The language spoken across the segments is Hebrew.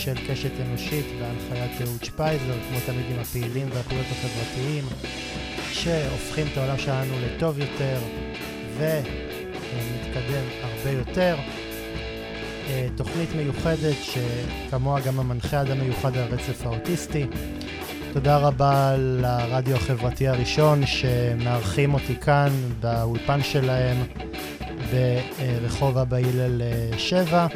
של קשת אנושית בהנחיית אהוד שפייזר, כמו תמיד עם הפעילים והפעולות החברתיים שהופכים את העולם שלנו לטוב יותר ומתקדם הרבה יותר. תוכנית מיוחדת שכמוה גם המנחה אדם מיוחד על הרצף האוטיסטי. תודה רבה לרדיו החברתי הראשון שמארחים אותי כאן באולפן שלהם ברחוב אבא הלל 7.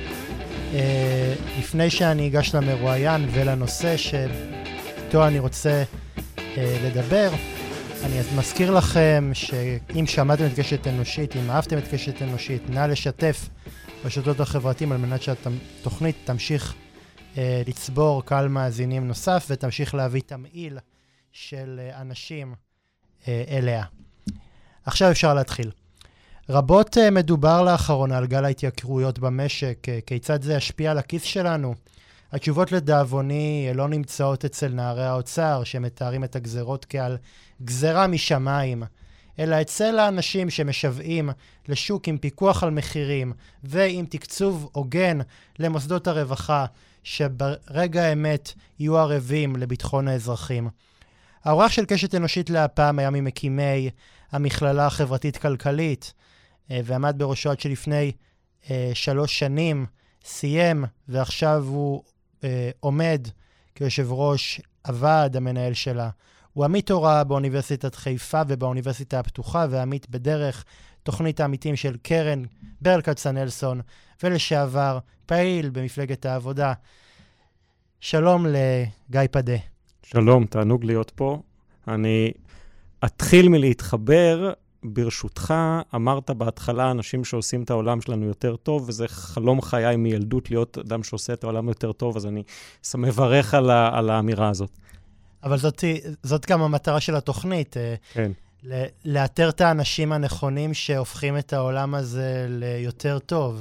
לפני שאני אגש למרואיין ולנושא שאיתו אני רוצה לדבר, אני מזכיר לכם שאם שמעתם את קשת אנושית, אם אהבתם את קשת אנושית, נא לשתף ברשתות החברתיים על מנת שהתוכנית תמשיך לצבור קהל מאזינים נוסף ותמשיך להביא תמהיל של אנשים אליה. עכשיו אפשר להתחיל. רבות מדובר לאחרונה על גל ההתייקרויות במשק, כיצד זה ישפיע על הכיס שלנו. התשובות לדאבוני לא נמצאות אצל נערי האוצר שמתארים את הגזרות כעל גזרה משמיים, אלא אצל האנשים שמשוועים לשוק עם פיקוח על מחירים ועם תקצוב הוגן למוסדות הרווחה שברגע האמת יהיו ערבים לביטחון האזרחים. האורח של קשת אנושית להפעם היה ממקימי המכללה החברתית-כלכלית, ועמד בראשו עד שלפני 3 שנים, סיים, ועכשיו הוא עומד כיושב ראש הוועד המנהל שלה. הוא עמית הוראה באוניברסיטת חיפה ובאוניברסיטה הפתוחה, ועמית בדרך תוכנית העמיתים של קרן ברל כצנלסון, ולשעבר פעיל במפלגת העבודה. שלום לגיא פדה. שלום, תענוג להיות פה. אני אתחיל מלהתחבר. ברשותך, אמרת בהתחלה אנשים שעושים את העולם שלנו יותר טוב, וזה חלום חיי מילדות להיות אדם שעושה את העולם יותר טוב, אז אני מברך על האמירה הזאת. אבל זאת גם המטרה של התוכנית, כן. לאתר את האנשים הנכונים שהופכים את העולם הזה ליותר טוב.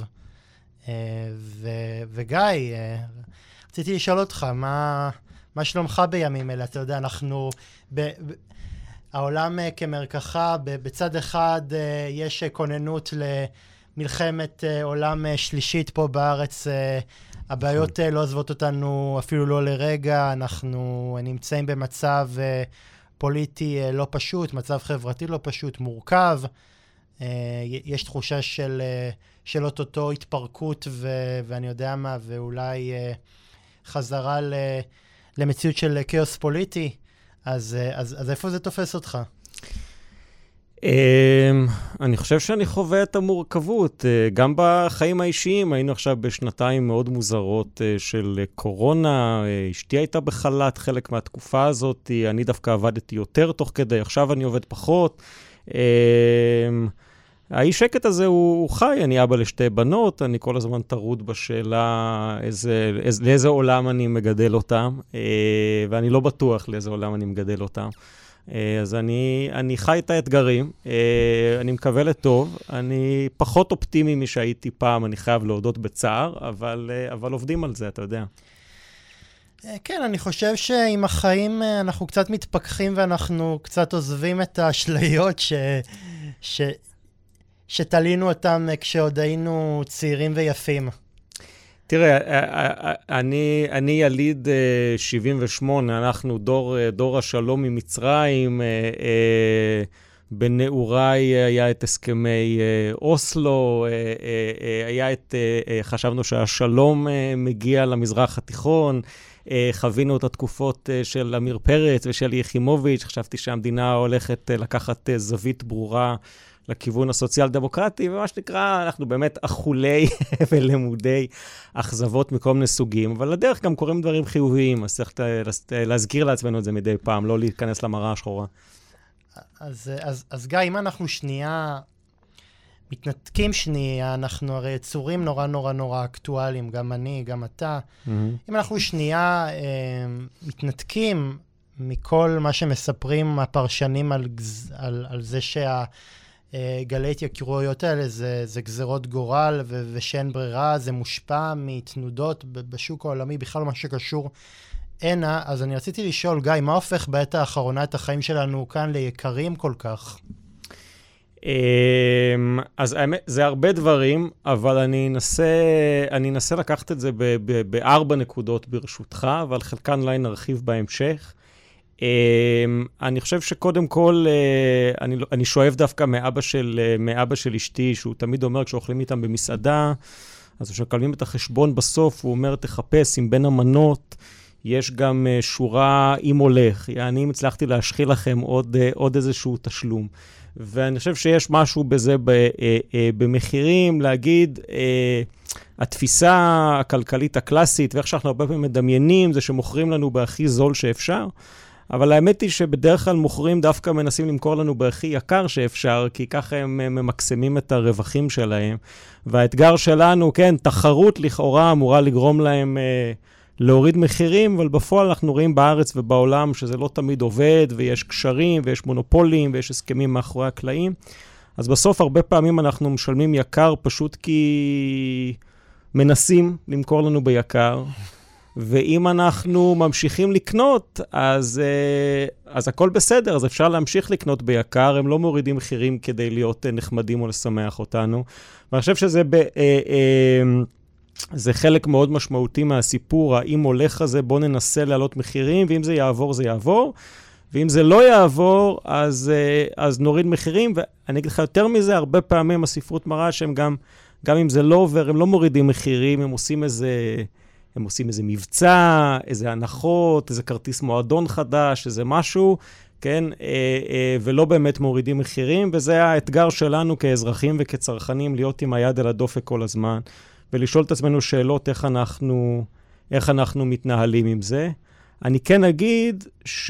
וגיא, רציתי לשאול אותך, מה שלומך בימים אלה? אתה יודע, אנחנו... העולם כמרקחה, בצד אחד יש כוננות למלחמת עולם שלישית פה בארץ. הבעיות לא עוזבות אותנו אפילו לא לרגע. אנחנו נמצאים במצב פוליטי לא פשוט, מצב חברתי לא פשוט, מורכב. יש תחושה של אותו התפרקות ואני יודע מה, ואולי חזרה למציאות של כאוס פוליטי. אז איפה זה תופס אותך? אני חושב שאני חווה את המורכבות. גם בחיים האישיים, היינו עכשיו בשנתיים מאוד מוזרות של קורונה, אשתי הייתה בחל"ת חלק מהתקופה הזאת, אני דווקא עבדתי יותר תוך כדי, עכשיו אני עובד פחות. האי שקט הזה הוא חי, אני אבא לשתי בנות, אני כל הזמן טרוד בשאלה לאיזה עולם אני מגדל אותם, ואני לא בטוח לאיזה עולם אני מגדל אותם. אז אני חי את האתגרים, אני מקווה לטוב, אני פחות אופטימי משהייתי פעם, אני חייב להודות בצער, אבל עובדים על זה, אתה יודע. כן, אני חושב שעם החיים אנחנו קצת מתפכחים ואנחנו קצת עוזבים את האשליות שתלינו אותם כשעוד היינו צעירים ויפים. תראה, אני יליד 78, אנחנו דור השלום ממצרים, בנעוריי היה את הסכמי אוסלו, חשבנו שהשלום מגיע למזרח התיכון, חווינו את התקופות של אמיר פרץ ושל יחימוביץ', חשבתי שהמדינה הולכת לקחת זווית ברורה לכיוון הסוציאל-דמוקרטי, ומה שנקרא, אנחנו באמת אכולי ולמודי אכזבות מכל מיני סוגים, אבל לדרך גם קוראים דברים חיוביים, אז צריך להזכיר לעצמנו את זה מדי פעם, לא להיכנס למראה השחורה. אז גיא, אם אנחנו שנייה, מתנתקים שנייה, אנחנו הרי יצורים נורא נורא נורא אקטואליים, גם אני, גם אתה. אם אנחנו שנייה מתנתקים מכל מה שמספרים הפרשנים על זה גלי התייקרויות האלה, זה גזרות גורל ושאין ברירה, זה מושפע מתנודות בשוק העולמי, בכלל מה שקשור הנה. אז אני רציתי לשאול, גיא, מה הופך בעת האחרונה את החיים שלנו כאן ליקרים כל כך? אז האמת, זה הרבה דברים, אבל אני אנסה לקחת את זה בארבע נקודות ברשותך, אבל חלקן אולי נרחיב בהמשך. אני חושב שקודם כל, אני שואב דווקא מאבא של אשתי, שהוא תמיד אומר כשאוכלים איתם במסעדה, אז כשקלמים את החשבון בסוף, הוא אומר, תחפש עם בין המנות, יש גם שורה אם הולך, אני הצלחתי להשחיל לכם עוד איזשהו תשלום. ואני חושב שיש משהו בזה במחירים, להגיד, התפיסה הכלכלית הקלאסית, ואיך שאנחנו הרבה פעמים מדמיינים, זה שמוכרים לנו בהכי זול שאפשר, אבל האמת היא שבדרך כלל מוכרים דווקא מנסים למכור לנו בהכי יקר שאפשר, כי ככה הם ממקסמים את הרווחים שלהם. והאתגר שלנו, כן, תחרות לכאורה אמורה לגרום להם להוריד מחירים, אבל בפועל אנחנו רואים בארץ ובעולם שזה לא תמיד עובד, ויש קשרים, ויש מונופולים, ויש הסכמים מאחורי הקלעים. אז בסוף הרבה פעמים אנחנו משלמים יקר פשוט כי מנסים למכור לנו ביקר. ואם אנחנו ממשיכים לקנות, אז הכל בסדר, אז אפשר להמשיך לקנות ביקר, הם לא מורידים מחירים כדי להיות נחמדים או לשמח אותנו. ואני חושב שזה זה חלק מאוד משמעותי מהסיפור, האם הולך הזה, בוא ננסה להעלות מחירים, ואם זה יעבור, זה יעבור, ואם זה לא יעבור, אז נוריד מחירים, ואני אגיד לך יותר מזה, הרבה פעמים הספרות מראה שהם גם אם זה לא עובר, הם לא מורידים מחירים, הם עושים איזה מבצע, איזה הנחות, איזה כרטיס מועדון חדש, איזה משהו, כן, ולא באמת מורידים מחירים, וזה האתגר שלנו כאזרחים וכצרכנים, להיות עם היד על הדופק כל הזמן, ולשאול את עצמנו שאלות איך אנחנו מתנהלים עם זה. אני כן אגיד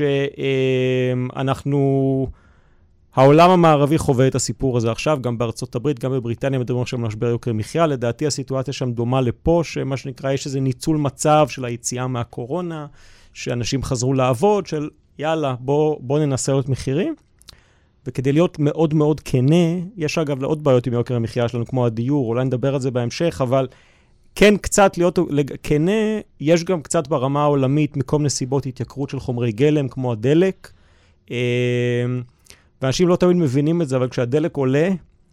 העולם המערבי חווה את הסיפור הזה עכשיו, גם בארצות הברית, גם בבריטניה, מדברים עכשיו משבר יוקר מחיה. לדעתי הסיטואציה שם דומה לפה, שמה שנקרא, יש איזה ניצול מצב של היציאה מהקורונה, שאנשים חזרו לעבוד, של יאללה, בוא ננסה להיות מחירים. וכדי להיות מאוד מאוד כנה, יש אגב לעוד בעיות עם יוקר המחיה שלנו, כמו הדיור, אולי נדבר על זה בהמשך, אבל כן קצת להיות כנה, יש גם קצת ברמה העולמית, מכל נסיבות התייקרות של חומרי גלם, כמו הדלק, ואנשים לא תמיד מבינים את זה, אבל כשהדלק עולה,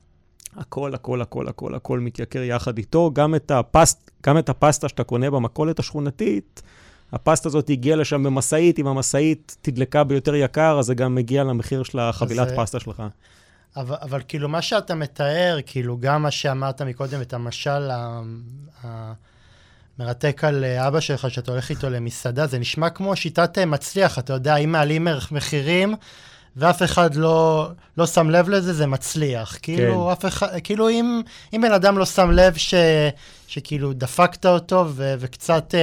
הכל מתייקר יחד איתו. גם את הפסטה שאתה קונה במכולת השכונתית, הפסטה הזאת הגיעה לשם במסעית, אם המסעית תדלקה ביותר יקר, אז זה גם מגיע למחיר של החבילת פסטה שלך. אבל כאילו מה שאתה מתאר, כאילו גם מה שאמרת מקודם, את המשל המרתק על אבא שלך, שאתה הולך איתו למסעדה, זה נשמע כמו שיטת מצליח, אתה יודע, אם מעלים מחירים, ואף אחד לא שם לב לזה, זה מצליח. כאילו, כאילו אם בן אדם לא שם לב שכאילו דפקת אותו, וקצת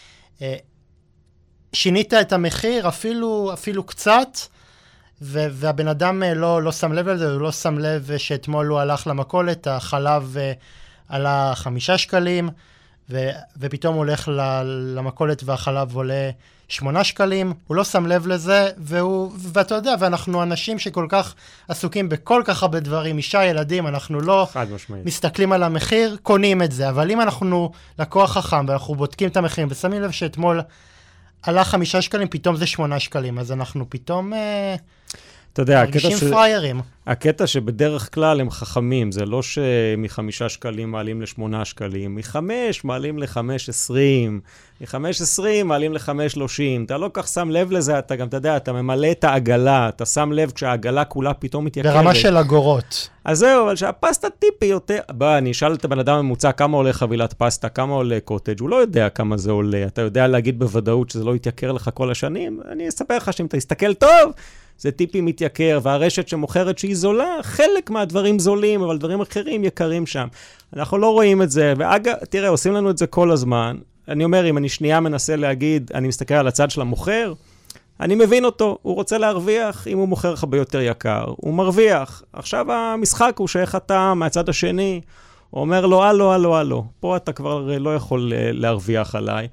שינית את המחיר, אפילו קצת, והבן אדם לא שם לב לזה, הוא לא שם לב שאתמול הוא הלך למכולת, החלב עלה 5 שקלים, ופתאום הוא הולך למכולת והחלב עולה 8 שקלים, הוא לא שם לב לזה, ואתה יודע, ואנחנו אנשים שכל כך עסוקים בכל כך הרבה דברים, אישה, ילדים, אנחנו לא מסתכלים על המחיר, קונים את זה, אבל אם אנחנו לקוח חכם, ואנחנו בודקים את המחירים, ושמים לב שאתמול עלה 5 שקלים, פתאום זה 8 שקלים, אז אנחנו פתאום אתה יודע, מרגישים פריירים. הקטע שבדרך כלל הם חכמים, זה לא שמ5 שקלים מעלים ל8 שקלים, מ5 מעלים ל5.20, מ5.20 מעלים ל5.30, אתה לא כך שם לב לזה, אתה גם, אתה יודע, אתה ממלא את העגלה, אתה שם לב כשהעגלה כולה פתאום מתייקרת. ברמה של אגורות. אז זהו, אבל שהפסטה טיפי יותר, אני אשאל את הבן אדם הממוצע כמה עולה חבילת פסטה, כמה עולה קוטג', הוא לא יודע כמה זה עולה, אתה יודע להגיד בוודאות שזה לא יתייקר לך כל השנים, אני אספר לך שאם אתה תסתכל טוב, זה טיפי מתייקר, והרשת שמוכרת שהיא זולה, חלק מהדברים זולים, אבל דברים אחרים יקרים שם. אנחנו לא רואים את זה, ואגב, תראה, עושים לנו את זה כל הזמן. אני אומר, אם אני שנייה מנסה להגיד, אני מסתכל על הצד של המוכר, אני מבין אותו, הוא רוצה להרוויח, אם הוא מוכר לך ביותר יקר, הוא מרוויח. עכשיו המשחק הוא שאיך אתה מהצד השני, הוא אומר לו, הלו, פה אתה כבר לא יכול להרוויח עליי.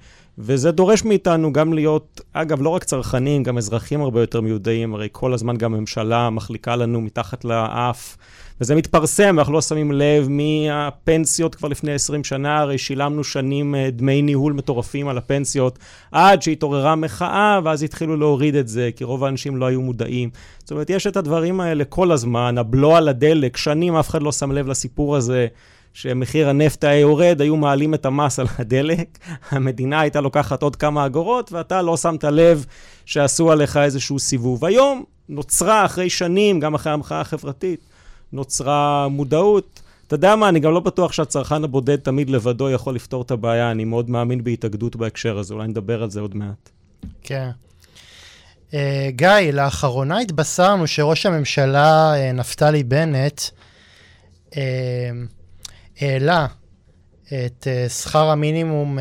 וזה דורש מאיתנו גם להיות, אגב, לא רק צרכנים, גם אזרחים הרבה יותר מיודעים, הרי כל הזמן גם הממשלה מחליקה לנו מתחת לאף, וזה מתפרסם, אנחנו לא שמים לב מהפנסיות כבר לפני 20 שנה, הרי שילמנו שנים דמי ניהול מטורפים על הפנסיות, עד שהתעוררה מחאה, ואז התחילו להוריד את זה, כי רוב האנשים לא היו מודעים. זאת אומרת, יש את הדברים האלה כל הזמן, הבלו על הדלק, שנים אף אחד לא שם לב לסיפור הזה, שמחיר הנפט היה יורד, היו מעלים את המס על הדלק, המדינה הייתה לוקחת עוד כמה אגורות, ואתה לא שמת לב שעשו עליך איזשהו סיבוב. היום נוצרה אחרי שנים, גם אחרי המחאה החברתית, נוצרה מודעות. אתה יודע מה, אני גם לא בטוח שהצרכן הבודד תמיד לבדו יכול לפתור את הבעיה, אני מאוד מאמין בהתאגדות בהקשר הזה, אולי נדבר על זה עוד מעט. כן. גיא, לאחרונה התבשרנו שראש הממשלה נפתלי בנט העלה את שכר המינימום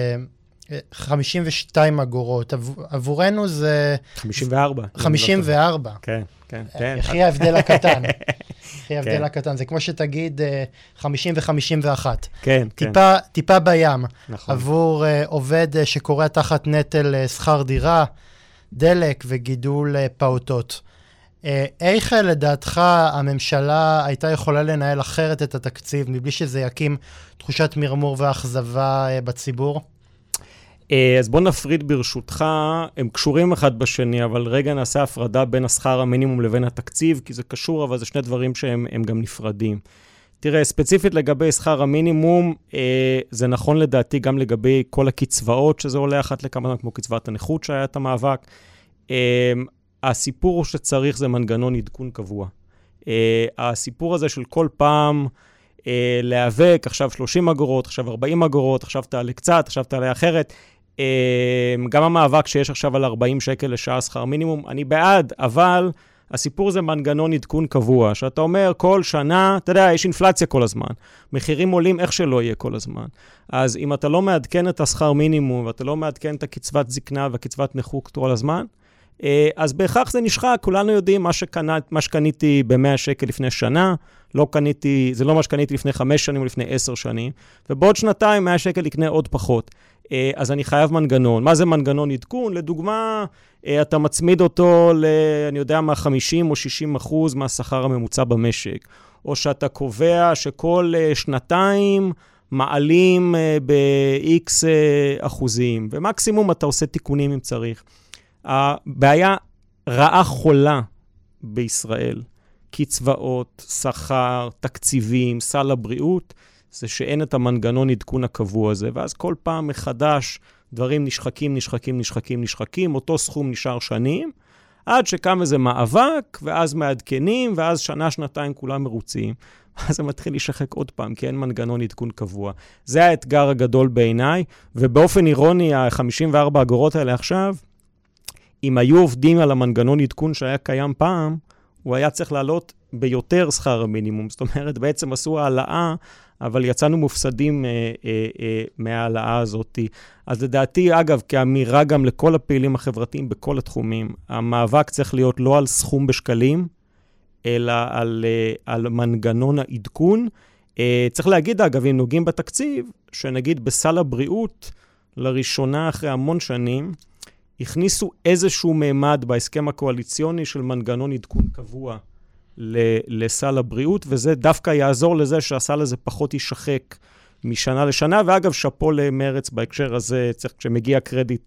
ל-52 אגורות. עבורנו זה... 54. 54. כן, כן, כן. יחי ההבדל הקטן. יחי ההבדל הקטן. זה כמו שתגיד 50 ו-51. כן, כן. טיפה בים. נכון. עבור עובד שקורא תחת נטל שכר דירה, דלק וגידול פעוטות. איך לדעתך הממשלה הייתה יכולה לנהל אחרת את התקציב, מבלי שזה יקים תחושת מרמור ואכזבה בציבור? אז בוא נפריד ברשותך, הם קשורים אחד בשני, אבל רגע נעשה הפרדה בין השכר המינימום לבין התקציב, כי זה קשור, אבל זה שני דברים שהם גם נפרדים. תראה, ספציפית לגבי שכר המינימום, זה נכון לדעתי גם לגבי כל הקצבאות, שזה עולה אחת לכמה, כמו קצבת הנכות שהיה את המאבק. הסיפור שצריך זה מנגנון עדכון קבוע. הסיפור הזה של כל פעם להיאבק, עכשיו 30 אגורות, עכשיו 40 אגורות, עכשיו תעלה קצת, עכשיו תעלה אחרת. גם המאבק שיש עכשיו על 40 שקל לשעה שכר מינימום, אני בעד, אבל הסיפור זה מנגנון עדכון קבוע, שאתה אומר כל שנה, אתה יודע, יש אינפלציה כל הזמן, מחירים עולים איך שלא יהיה כל הזמן. אז אם אתה לא מעדכן את השכר מינימום, ואתה לא מעדכן את הקצבת זקנה והקצבת נכות כל הזמן, אז בהכרח זה נשחק, כולנו יודעים מה שקניתי ב-100 שקל לפני שנה, זה לא מה שקניתי לפני 5 שנים או לפני 10 שנים, ובעוד שנתיים 100 שקל יקנה עוד פחות. אז אני חייב מנגנון. מה זה מנגנון עדכון? לדוגמה, אתה מצמיד אותו אני יודע מה, 50 או 60% מהשכר הממוצע במשק, או שאתה קובע שכל שנתיים מעלים ב-X אחוזים, ומקסימום אתה עושה תיקונים אם צריך. הבעיה רעה חולה בישראל, קצבאות, שכר, תקציבים, סל הבריאות, זה שאין את המנגנון עדכון הקבוע הזה, ואז כל פעם מחדש דברים נשחקים, אותו סכום נשאר שנים, עד שקם איזה מאבק, ואז מעדכנים, ואז שנה, שנתיים כולם מרוצים, ואז זה מתחיל להישחק עוד פעם, כי אין מנגנון עדכון קבוע. זה האתגר הגדול בעיניי, ובאופן אירוני, ה-54 אגורות האלה עכשיו, אם היו עובדים על המנגנון עדכון שהיה קיים פעם, הוא היה צריך לעלות ביותר שכר המינימום. זאת אומרת, בעצם עשו העלאה, אבל יצאנו מופסדים מהעלאה הזאת. אז לדעתי, אגב, כאמירה גם לכל הפעילים החברתיים בכל התחומים, המאבק צריך להיות לא על סכום בשקלים, אלא על מנגנון העדכון. צריך להגיד, אגב, אם נוגעים בתקציב, שנגיד בסל הבריאות, לראשונה אחרי המון שנים, הכניסו איזשהו מימד בהסכם הקואליציוני של מנגנון עדכון קבוע לסל הבריאות, וזה דווקא יעזור לזה שהסל הזה פחות יישחק משנה לשנה, ואגב, שפו למרץ בהקשר הזה, כשמגיע קרדיט,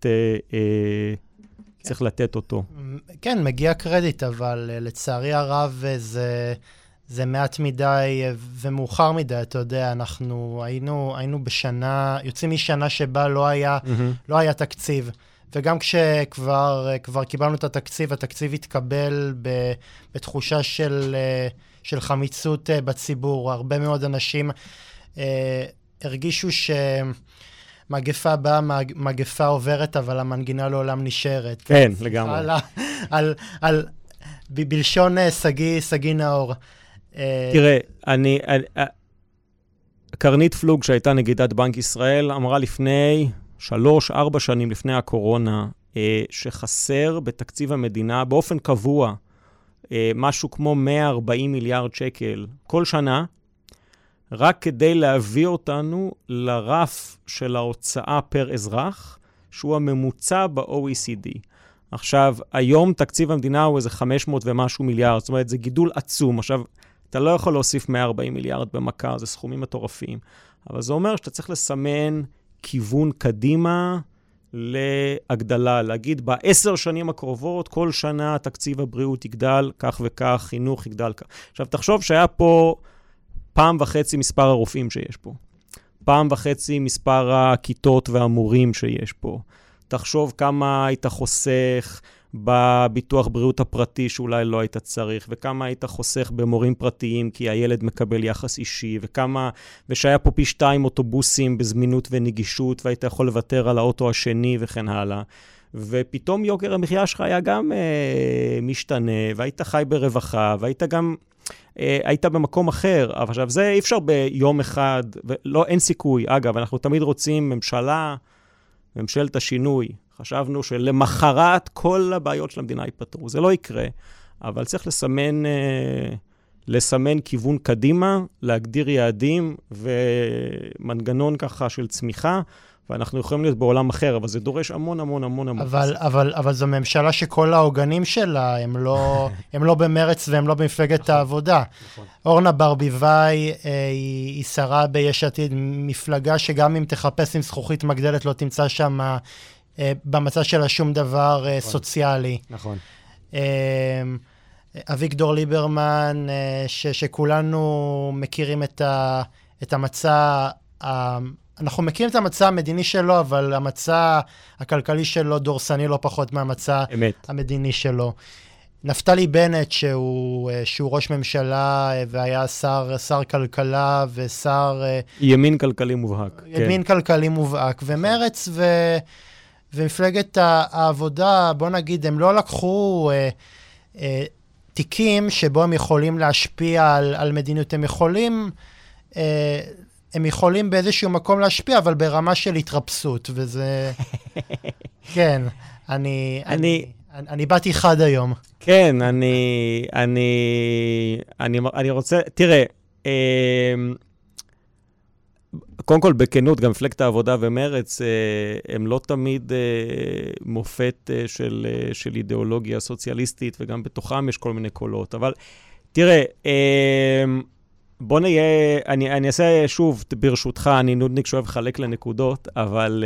צריך לתת אותו. כן, מגיע קרדיט, אבל לצערי הרב זה מעט מדי ומאוחר מדי, אתה יודע, אנחנו היינו בשנה, יוצאים משנה שבה לא היה תקציב. וגם כשכבר קיבלנו את התקציב התקבל בתחושה של חמיצות בציבור. הרבה מאוד אנשים הרגישו שמגפה באה, מגפה עוברת, אבל המנגינה לעולם נשארת. כן, לגמרי. בלשון סגי נאור. תראה, קרנית פלוג, שהייתה נגידת בנק ישראל, אמרה לפני 3-4 שנים לפני הקורונה, שחסר בתקציב המדינה באופן קבוע, משהו כמו 140 מיליארד שקל כל שנה, רק כדי להביא אותנו לרף של ההוצאה פר אזרח, שהוא הממוצע ב-OECD. עכשיו, היום תקציב המדינה הוא איזה 500 ומשהו מיליארד, זאת אומרת, זה גידול עצום. עכשיו, אתה לא יכול להוסיף 140 מיליארד במכה, זה סכומים מטורפים. אבל זה אומר שאתה צריך לסמן כיוון קדימה להגדלה, להגיד, ב10 שנים הקרובות, כל שנה תקציב הבריאות יגדל, כך וכך, חינוך יגדל כך. עכשיו, תחשוב שהיה פה 1.5 מספר הרופאים שיש פה. 1.5 מספר הכיתות והמורים שיש פה. תחשוב כמה היית חוסך בביטוח בריאות הפרטי שאולי לא היית צריך, וכמה היית חוסך במורים פרטיים כי הילד מקבל יחס אישי, ושהיה פה פי 2 אוטובוסים בזמינות ונגישות, והיית יכול לוותר על האוטו השני וכן הלאה. ופתאום יוקר המחיה שלך היה גם משתנה, והיית חי ברווחה, והיית גם היית במקום אחר. אבל עכשיו זה אי אפשר ביום אחד, ולא, אין סיכוי. אגב, אנחנו תמיד רוצים ממשלת השינוי. חשבנו שלמחרת כל הבעיות של המדינה ייפתרו. זה לא יקרה, אבל צריך לסמן כיוון קדימה, להגדיר יעדים ומנגנון ככה של צמיחה, ואנחנו יכולים להיות בעולם אחר, אבל זה דורש המון המון המון המון. אבל זו ממשלה שכל העוגנים שלה, הם לא במרץ והם לא במפלגת העבודה. אורנה ברביבאי היא שרה ביש עתיד, מפלגה שגם אם תחפש עם זכוכית מגדלת לא תמצא שם במצע שלה שום דבר סוציאלי. נכון. אביגדור ליברמן, שכולנו מכירים את המצע, אנחנו מכירים את המצע המדיני שלו, אבל המצע הכלכלי שלו דורסני לא פחות מהמצע המדיני שלו. נפתלי בנט, שהוא ראש ממשלה והיה שר כלכלה ושר... ימין כלכלי מובהק. ימין כלכלי מובהק. ומרץ ומפלגת העבודה, בוא נגיד, הם לא לקחו תיקים שבו הם יכולים להשפיע על מדיניות. הם יכולים באיזשהו מקום להשפיע, אבל ברמה של התרפסות, וזה... כן, אני באתי חד היום. כן, אני רוצה... תראה, קודם כל, בכנות, גם מפלגת העבודה ומרץ, הם לא תמיד מופת של אידיאולוגיה סוציאליסטית, וגם בתוכם יש כל מיני קולות. אבל תראה, בוא נהיה, אני אעשה שוב, ברשותך, אני נודניק שאוהב חלק לנקודות, אבל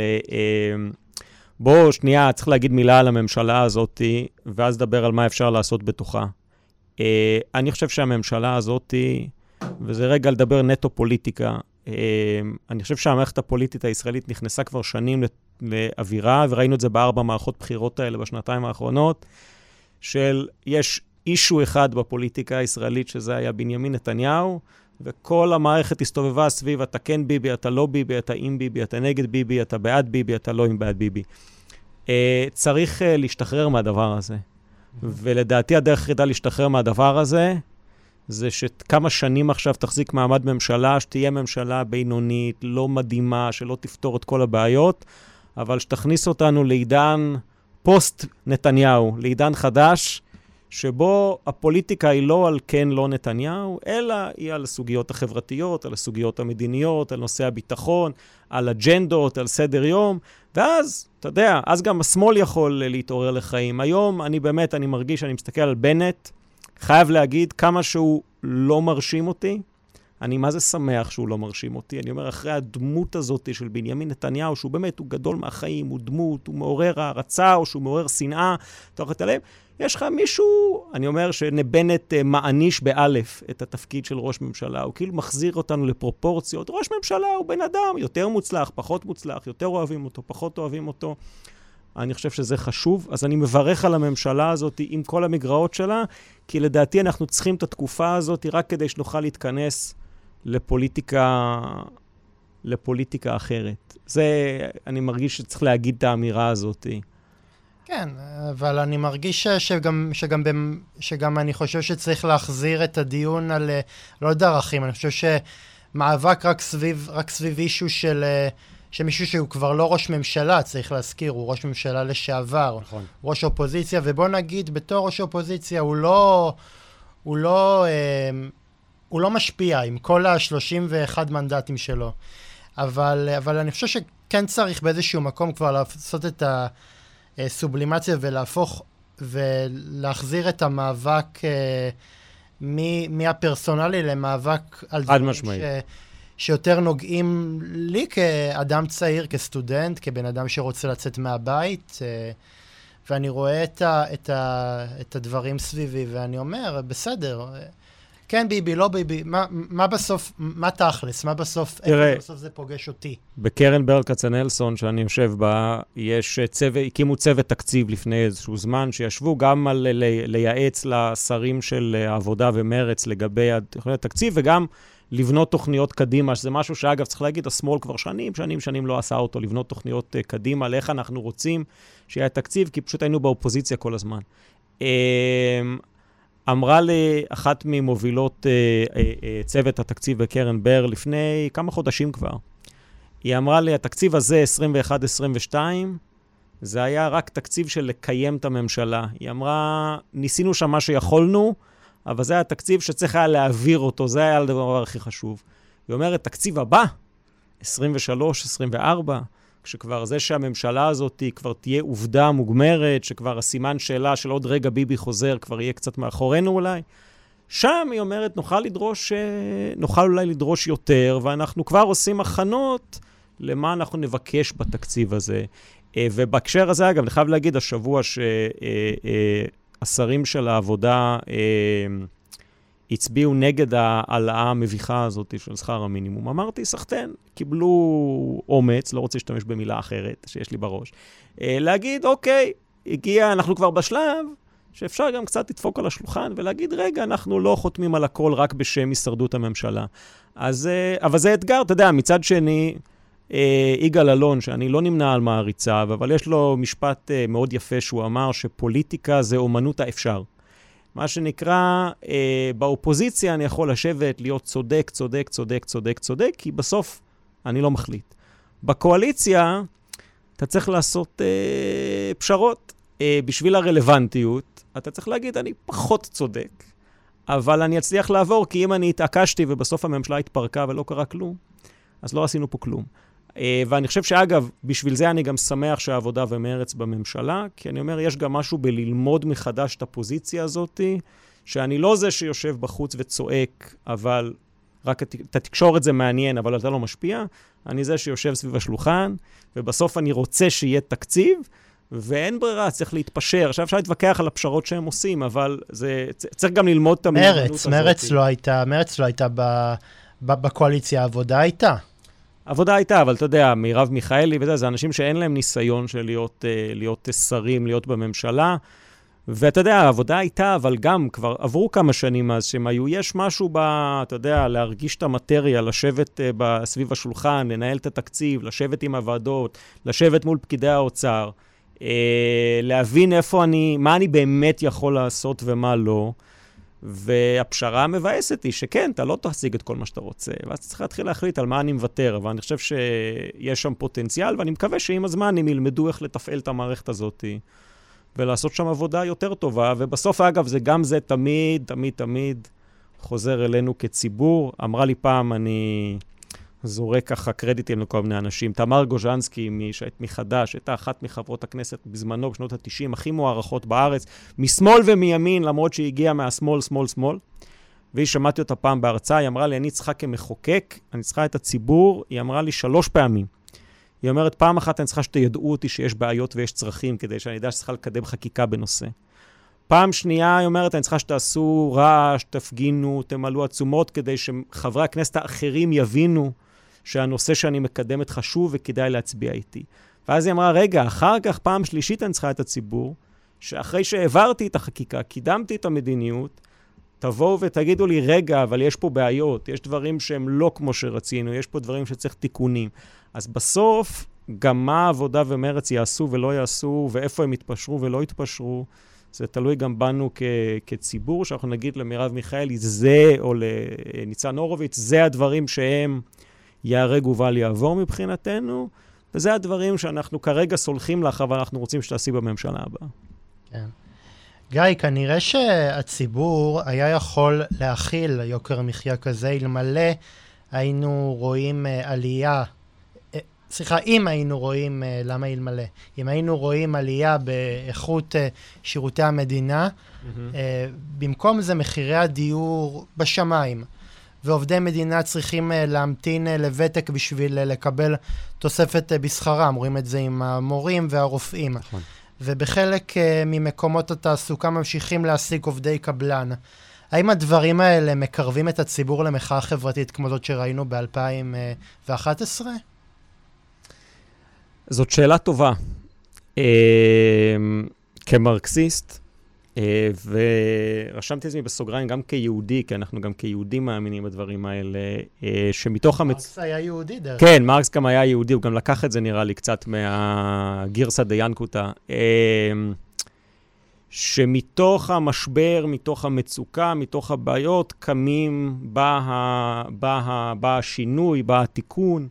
בוא שנייה, צריך להגיד מילה על הממשלה הזאת, ואז דבר על מה אפשר לעשות בתוכה. אני חושב שהממשלה הזאת, וזה רגע לדבר נטו פוליטיקה, אני חושב שהמערכת הפוליטית הישראלית נכנסה כבר שנים לאווירה, וראינו את זה ב4 מערכות בחירות האלה בשנתיים האחרונות, של יש אישו אחד בפוליטיקה הישראלית, שזה היה בנימין נתניהו, וכל המערכת הסתובבה סביב, אתה כן ביבי, אתה לא ביבי, אתה עם ביבי, אתה נגד ביבי, אתה בעד ביבי, אתה לא עם בעד ביבי. צריך להשתחרר מהדבר הזה. ולדעתי הדרך היחידה להשתחרר מהדבר הזה, זה שכמה שנים עכשיו תחזיק מעמד ממשלה, שתהיה ממשלה בינונית, לא מדהימה, שלא תפתור את כל הבעיות, אבל שתכניס אותנו לעידן פוסט נתניהו, לעידן חדש, שבו הפוליטיקה היא לא על כן לא נתניהו, אלא היא על הסוגיות החברתיות, על הסוגיות המדיניות, על נושא הביטחון, על אג'נדות, על סדר יום, ואז, אתה יודע, אז גם השמאל יכול להתעורר לחיים. היום אני מרגיש, אני מסתכל על בנט, חייב להגיד כמה שהוא לא מרשים אותי, אני מה זה שמח שהוא לא מרשים אותי. אני אומר, אחרי הדמות הזאת של בנימין נתניהו, שהוא באמת, הוא גדול מהחיים, הוא דמות, הוא מעורר הערצה, או שהוא מעורר שנאה, תוכת עליהם, יש לך מישהו, אני אומר שבנט מעניש באלף את התפקיד של ראש ממשלה, הוא כאילו מחזיר אותנו לפרופורציות. ראש ממשלה הוא בן אדם, יותר מוצלח, פחות מוצלח, יותר אוהבים אותו, פחות אוהבים אותו. אני חושב שזה חשוב, אז אני מברך על הממשלה הזאת עם כל המגרעות שלה, כי לדעתי אנחנו צריכים את התקופה הזאת רק כדי שנוכל להתכנס לפוליטיקה אחרת. זה, אני מרגיש שצריך להגיד את האמירה הזאת. כן, אבל אני מרגיש שגם אני חושב שצריך להחזיר את הדיון על לא דרכים. אני חושב שמאבק רק סביב אישו שמישהו שהוא כבר לא ראש ממשלה, צריך להזכיר, הוא ראש ממשלה לשעבר, נכון. ראש אופוזיציה, ובוא נגיד, בתור ראש אופוזיציה, הוא לא משפיע עם כל ה-31 מנדטים שלו. אבל אני חושב כן צריך באיזשהו מקום כבר לעשות את הסובלימציה ולהחזיר את המאבק מהפרסונלי למאבק על דברים שיותר נוגעים לי כאדם צעיר, כסטודנט, כבן אדם שרוצה לצאת מהבית, ואני רואה את הדברים סביבי, ואני אומר, בסדר, כן ביבי, לא ביבי, מה בסוף, מה תכלס, מה בסוף, איך בסוף זה פוגש אותי? בקרן ברל כצנלסון, שאני יושב בה, הקימו צוות תקציב לפני איזשהו זמן, שישבו גם על לייעץ לשרים של העבודה ומרץ לגבי התקציב, וגם לבנות תוכניות קדימה, שזה משהו שאגב צריך להגיד, השמאל כבר שנים לא עשה אותו, לבנות תוכניות קדימה, על איך אנחנו רוצים שיהיה תקציב, כי פשוט היינו באופוזיציה כל הזמן. אמרה לי אחת ממובילות צוות התקציב בקרן ברל לפני כמה חודשים כבר. היא אמרה לי, התקציב הזה, 21-22, זה היה רק תקציב של לקיים את הממשלה. היא אמרה, ניסינו שם מה שיכולנו, אבל זה היה תקציב שצריך היה להעביר אותו, זה היה הדבר הכי חשוב. היא אומרת, תקציב הבא, 23-24, כשכבר זה שהממשלה הזאת כבר תהיה עובדה מוגמרת, שכבר הסימן שאלה של עוד רגע ביבי חוזר, כבר יהיה קצת מאחורינו אולי, שם היא אומרת, נוכל אולי לדרוש יותר, ואנחנו כבר עושים הכנות למה אנחנו נבקש בתקציב הזה. ובהקשר הזה, אגב, אני חייב להגיד, השבוע שהשרים של העבודה הצביעו נגד העלאה המביכה הזאת של שכר המינימום. אמרתי, סחטן, קיבלו אומץ, לא רוצה להשתמש במילה אחרת שיש לי בראש, להגיד, אוקיי, אנחנו כבר בשלב שאפשר גם קצת לדפוק על השולחן ולהגיד, רגע, אנחנו לא חותמים על הכל רק בשם הישרדות הממשלה. אבל זה אתגר, אתה יודע, מצד שני, יגאל אלון, שאני לא נמנה על מעריציו, אבל יש לו משפט מאוד יפה שהוא אמר שפוליטיקה זה אומנות האפשר. מה שנקרא, באופוזיציה אני יכול לשבת, להיות צודק, כי בסוף אני לא מחליט. בקואליציה אתה צריך לעשות פשרות. בשביל הרלוונטיות, אתה צריך להגיד, אני פחות צודק, אבל אני אצליח לעבור, כי אם אני התעקשתי ובסוף הממשלה התפרקה ולא קרה כלום, אז לא עשינו פה כלום. ואני חושב שאגב, בשביל זה אני גם שמח שהעבודה ומרץ בממשלה, כי אני אומר, יש גם משהו בללמוד מחדש את הפוזיציה הזאת, שאני לא זה שיושב בחוץ וצועק, אבל רק את התקשורת זה מעניין, אבל אתה לא משפיע. אני זה שיושב סביב השולחן, ובסוף אני רוצה שיהיה תקציב, ואין ברירה, צריך להתפשר. עכשיו אפשר להתווכח על הפשרות שהם עושים, אבל צריך גם ללמוד את המיומנות הזאת. מרץ לא הייתה בקואליציה, העבודה הייתה, אבל אתה יודע, מרב מיכאלי וזה, זה אנשים שאין להם ניסיון של להיות שרים, להיות בממשלה, ואתה יודע, העבודה הייתה, אבל גם כבר עברו כמה שנים אז שהם היו, יש משהו אתה יודע, להרגיש את המטריה, לשבת סביב השולחן, לנהל את התקציב, לשבת עם הוועדות, לשבת מול פקידי האוצר, להבין מה אני באמת יכול לעשות ומה לא, והפשרה המבאסת היא שכן, אתה לא תשיג את כל מה שאתה רוצה, ואז צריך להתחיל להחליט על מה אני מוותר, אבל אני חושב שיש שם פוטנציאל, ואני מקווה שעם הזמן הם ילמדו איך לתפעל את המערכת הזאת, ולעשות שם עבודה יותר טובה, ובסוף אגב זה תמיד חוזר אלינו כציבור. אמרה לי פעם, אני זורק ככה קרדיטים לכל מיני אנשים, תמר גוז'נסקי מחדש, הייתה אחת מחברות הכנסת בזמנו בשנות ה-90, הכי מוערכות בארץ, משמאל ומימין, למרות שהיא הגיעה מהשמאל, שמאל, והיא שמעתי אותה פעם בהרצאה, היא אמרה לי, אני צריכה כמחוקק, אני צריכה את הציבור, היא אמרה לי 3 פעמים. היא אומרת, פעם אחת אני צריכה שתידעו אותי שיש בעיות ויש צרכים, כדי שאני יודע שצריכה לקדם חקיקה בנושא. פעם שנייה, היא אומרת, אני צריכה שתעשו רעש, תפגינו, תמלאו עצומות, כדי שחברי הכנסת האחרים יבינו שהנושא שאני מקדמת חשוב וכדאי להצביע איתי. ואז היא אמרה, רגע, אחר כך פעם שלישית אני צריכה את הציבור, שאחרי שהעברתי את החקיקה, קידמתי את המדיניות, תבואו ותגידו לי, רגע, אבל יש פה בעיות, יש דברים שהם לא כמו שרצינו, יש פה דברים שצריך תיקונים. אז בסוף, גם מה העבודה ומרץ יעשו ולא יעשו, ואיפה הם יתפשרו ולא יתפשרו, זה תלוי גם בנו כציבור, שאנחנו נגיד למרב מיכאלי, זה, או לניצן הורוביץ, זה הדברים שהם יהרג ובל יעבור מבחינתנו, וזה הדברים שאנחנו כרגע סולחים לך, אבל אנחנו רוצים שתעשי בממשלה הבאה. כן. גיא, כנראה שהציבור היה יכול להכיל יוקר מחיה כזה, אלמלא היינו רואים עלייה סליחה, אם היינו רואים, למה אלמלא? אם היינו רואים עלייה באיכות שירותי המדינה, במקום זה מחירי הדיור בשמיים, ועובדי מדינה צריכים להמתין לוותק בשביל לקבל תוספת בשכרם, רואים את זה עם המורים והרופאים. נכון. ובחלק ממקומות התעסוקה ממשיכים להשיג עובדי קבלן. האם הדברים האלה מקרבים את הציבור למחאה חברתית כמו זאת שראינו ב-2011? זאת שאלה טובה. כמרקסיסט, ורשמתי את זה בסוגריים גם כיהודי, כי אנחנו גם כיהודים מאמינים בדברים האלה, שמתוך מרקס היה יהודי דרך. כן, מרקס גם היה יהודי, הוא גם לקח את זה נראה לי קצת מהגירסא דיינקותא. שמתוך המשבר, מתוך המצוקה, מתוך הבעיות, קמים, בא השינוי, בא התיקון.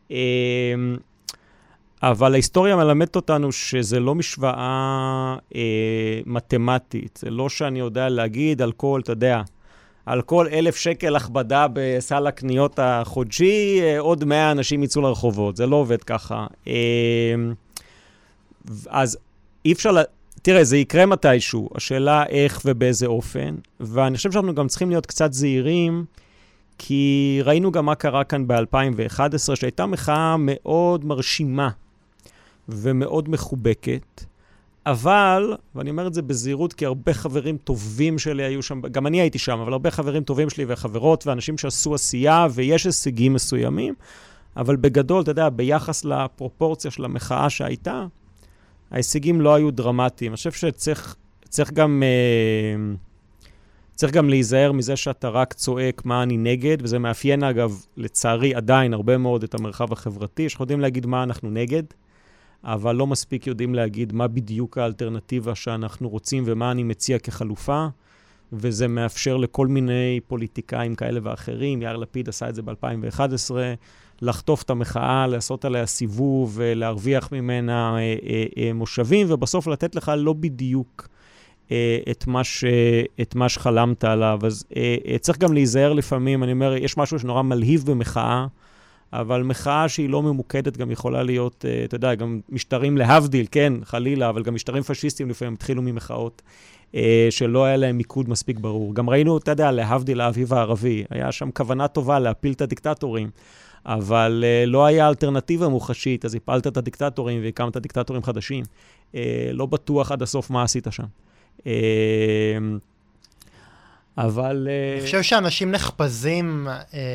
אבל ההיסטוריה מלמדת אותנו שזה לא משוואה מתמטית. זה לא שאני יודע להגיד על כל, אתה יודע, על כל 1,000 שקל הכבדה בסל הקניות החודשי, עוד 100 אנשים יצאו לרחובות. זה לא עובד ככה. אז אי אפשר... תראה, זה יקרה מתישהו, השאלה איך ובאיזה אופן, ואני חושב שאנחנו גם צריכים להיות קצת זהירים, כי ראינו גם מה קרה כאן ב-2011, שהייתה מחאה מאוד מרשימה ומאוד מחובקת, אבל, ואני אומר את זה בזהירות, כי הרבה חברים טובים שלי היו שם, גם אני הייתי שם, אבל הרבה חברים טובים שלי וחברות ואנשים שעשו עשייה, ויש הישגים מסוימים, אבל בגדול, אתה יודע, ביחס לפרופורציה של המחאה שהייתה, ההישגים לא היו דרמטיים. אני חושב שצריך גם להיזהר מזה שאתה רק צועק מה אני נגד, וזה מאפיין אגב, לצערי עדיין הרבה מאוד את המרחב החברתי, שאנחנו יודעים להגיד מה אנחנו נגד, אבל לא מספיק יודעים להגיד מה בדיוק האלטרנטיבה שאנחנו רוצים ומה אני מציע כחלופה, וזה מאפשר לכל מיני פוליטיקאים כאלה ואחרים, יאיר לפיד עשה את זה ב-2011, לחטוף את המחאה, לעשות עליה סיבוב, להרוויח ממנה מושבים, ובסוף לתת לך לא בדיוק את מה שחלמת עליו. אז צריך גם להיזהר לפעמים, אני אומר, יש משהו שנורא מלהיב במחאה, אבל מחאה שהיא לא ממוקדת גם יכולה להיות, אתה יודע, גם משטרים להבדיל, כן, חלילה, אבל גם משטרים פשיסטיים לפעמים התחילו ממחאות, שלא היה להם מיקוד מספיק ברור. גם ראינו, אתה יודע, להבדיל האביב הערבי, היה שם כוונה טובה להפיל את הדיקטטורים, אבל לא היה אלטרנטיבה מוחשית, אז הפלת את הדיקטטורים והקמת דיקטטורים חדשים. לא בטוח עד הסוף מה עשית שם. אבל... אני חושב שאנשים נחפזים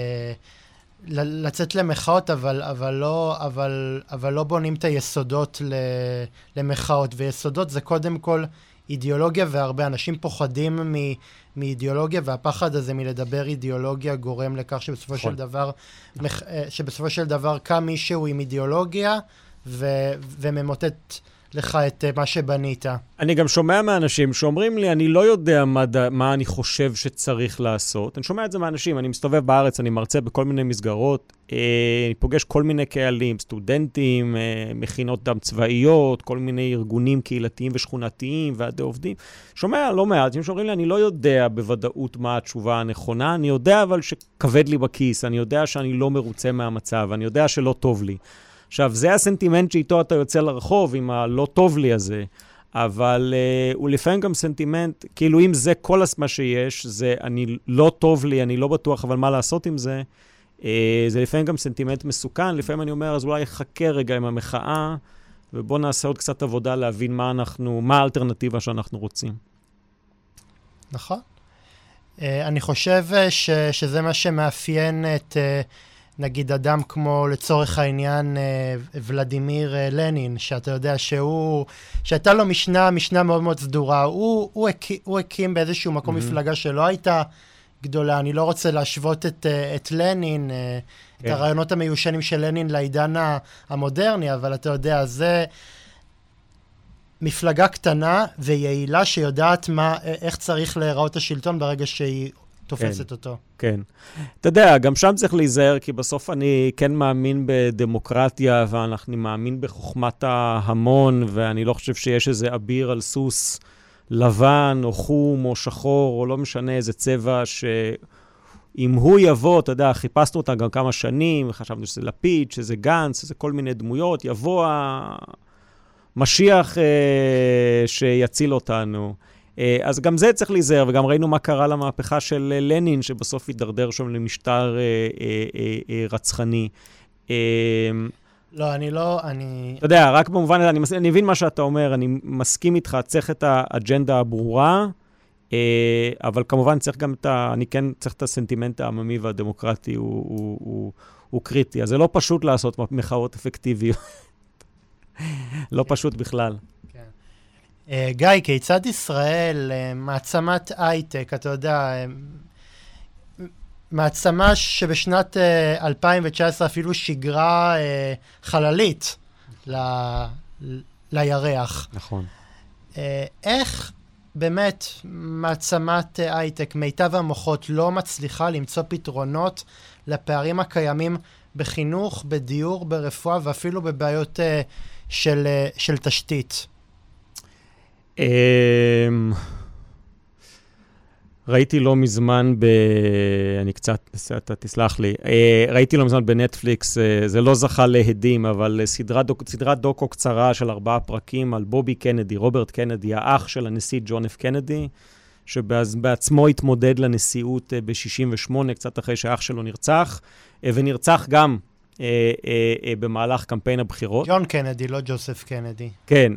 לצאת למחאות, אבל לא בונים את היסודות למחאות, ויסודות זה קודם כל אידיאולוגיה, והרבה אנשים פוחדים מאידיאולוגיה, והפחד הזה מלדבר אידיאולוגיה גורם לכך שבסופו של דבר קם מישהו עם אידיאולוגיה, וממוטט לך את מה שבנית. אני גם שומע מאנשים שאומרים לי, אני לא יודע מה אני חושב שצריך לעשות. אני שומע את זה מאנשים, אני מסתובב בארץ, אני מרצה בכל מיני מסגרות, אני פוגש כל מיני קהלים, סטודנטים, מכינות דם צבאיות, כל מיני ארגונים קהילתיים ושכונתיים, ועדי עובדים. שומע לא מעט, אנשים שאומרים לי, אני לא יודע בוודאות מה התשובה הנכונה, אני יודע אבל שכבד לי בכיס, אני יודע שאני לא מרוצה מהמצב, אני יודע שלא טוב לי. עכשיו, זה הסנטימנט שאיתו אתה יוצא לרחוב, עם הלא טוב לי הזה, אבל הוא לפעמים גם סנטימנט, כאילו אם זה כל מה שיש, זה אני לא טוב לי, אני לא בטוח, אבל מה לעשות עם זה, זה לפעמים גם סנטימנט מסוכן, לפעמים אני אומר, אז אולי חכה רגע עם המחאה, ובוא נעשה עוד קצת עבודה להבין מה האלטרנטיבה שאנחנו רוצים. נכון. אני חושב שזה מה שמאפיין את... נגיד אדם כמו לצורך העניין ולדימיר לנין, שאתה יודע שהייתה לו משנה מאוד מאוד סדורה, הוא הקים באיזשהו מקום מפלגה שלא הייתה גדולה, אני לא רוצה להשוות את לנין, את הרעיונות המיושנים של לנין לעידן המודרני, אבל אתה יודע, זה מפלגה קטנה ויעילה שיודעת איך צריך להיראות השלטון ברגע שהיא תופסת אותו. כן. אתה יודע, גם שם צריך להיזהר, כי בסוף אני כן מאמין בדמוקרטיה, ואני מאמין בחוכמת ההמון, ואני לא חושב שיש איזה אביר על סוס לבן, או חום, או שחור, או לא משנה איזה צבע, אם הוא יבוא, אתה יודע, חיפשנו אותה גם כמה שנים, חשבנו שזה לפיד, שזה גנץ, שזה כל מיני דמויות, יבוא המשיח שיציל אותנו. אז גם זה צריך להיזהר, וגם ראינו מה קרה למהפכה של לנין, שבסוף התדרדר שם למשטר רצחני. לא, אני... אתה יודע, רק במובן הזה, אני מבין מה שאתה אומר, אני מסכים איתך, צריך את האג'נדה הברורה, אבל כמובן צריך גם אני כן צריך את הסנטימנט העממי והדמוקרטי, הוא קריטי. אז זה לא פשוט לעשות מחאות אפקטיביות. לא פשוט בכלל. גיא, כיצד ישראל, מעצמת הייטק, אתה יודע, מעצמה שבשנת 2019 אפילו שיגרה חללית לירח. נכון. איך באמת מעצמת הייטק, מיטב המוחות, לא מצליחה למצוא פתרונות לפערים הקיימים בחינוך, בדיור, ברפואה ואפילו בבעיות של תשתית? ראיתי לא מזמן אני קצת, אתה תסלח לי, ראיתי לא מזמן בנטפליקס, זה לא זכה להדים, אבל סדרת דוקו קצרה של 4 פרקים על בובי קנדי, רוברט קנדי, האח של הנשיא ג'ון אף קנדי, שבעצמו התמודד לנשיאות ב-68, קצת אחרי שהאח שלו נרצח, ונרצח גם במהלך קמפיין הבחירות. ג'ון קנדי, לא ג'וסף קנדי. כן,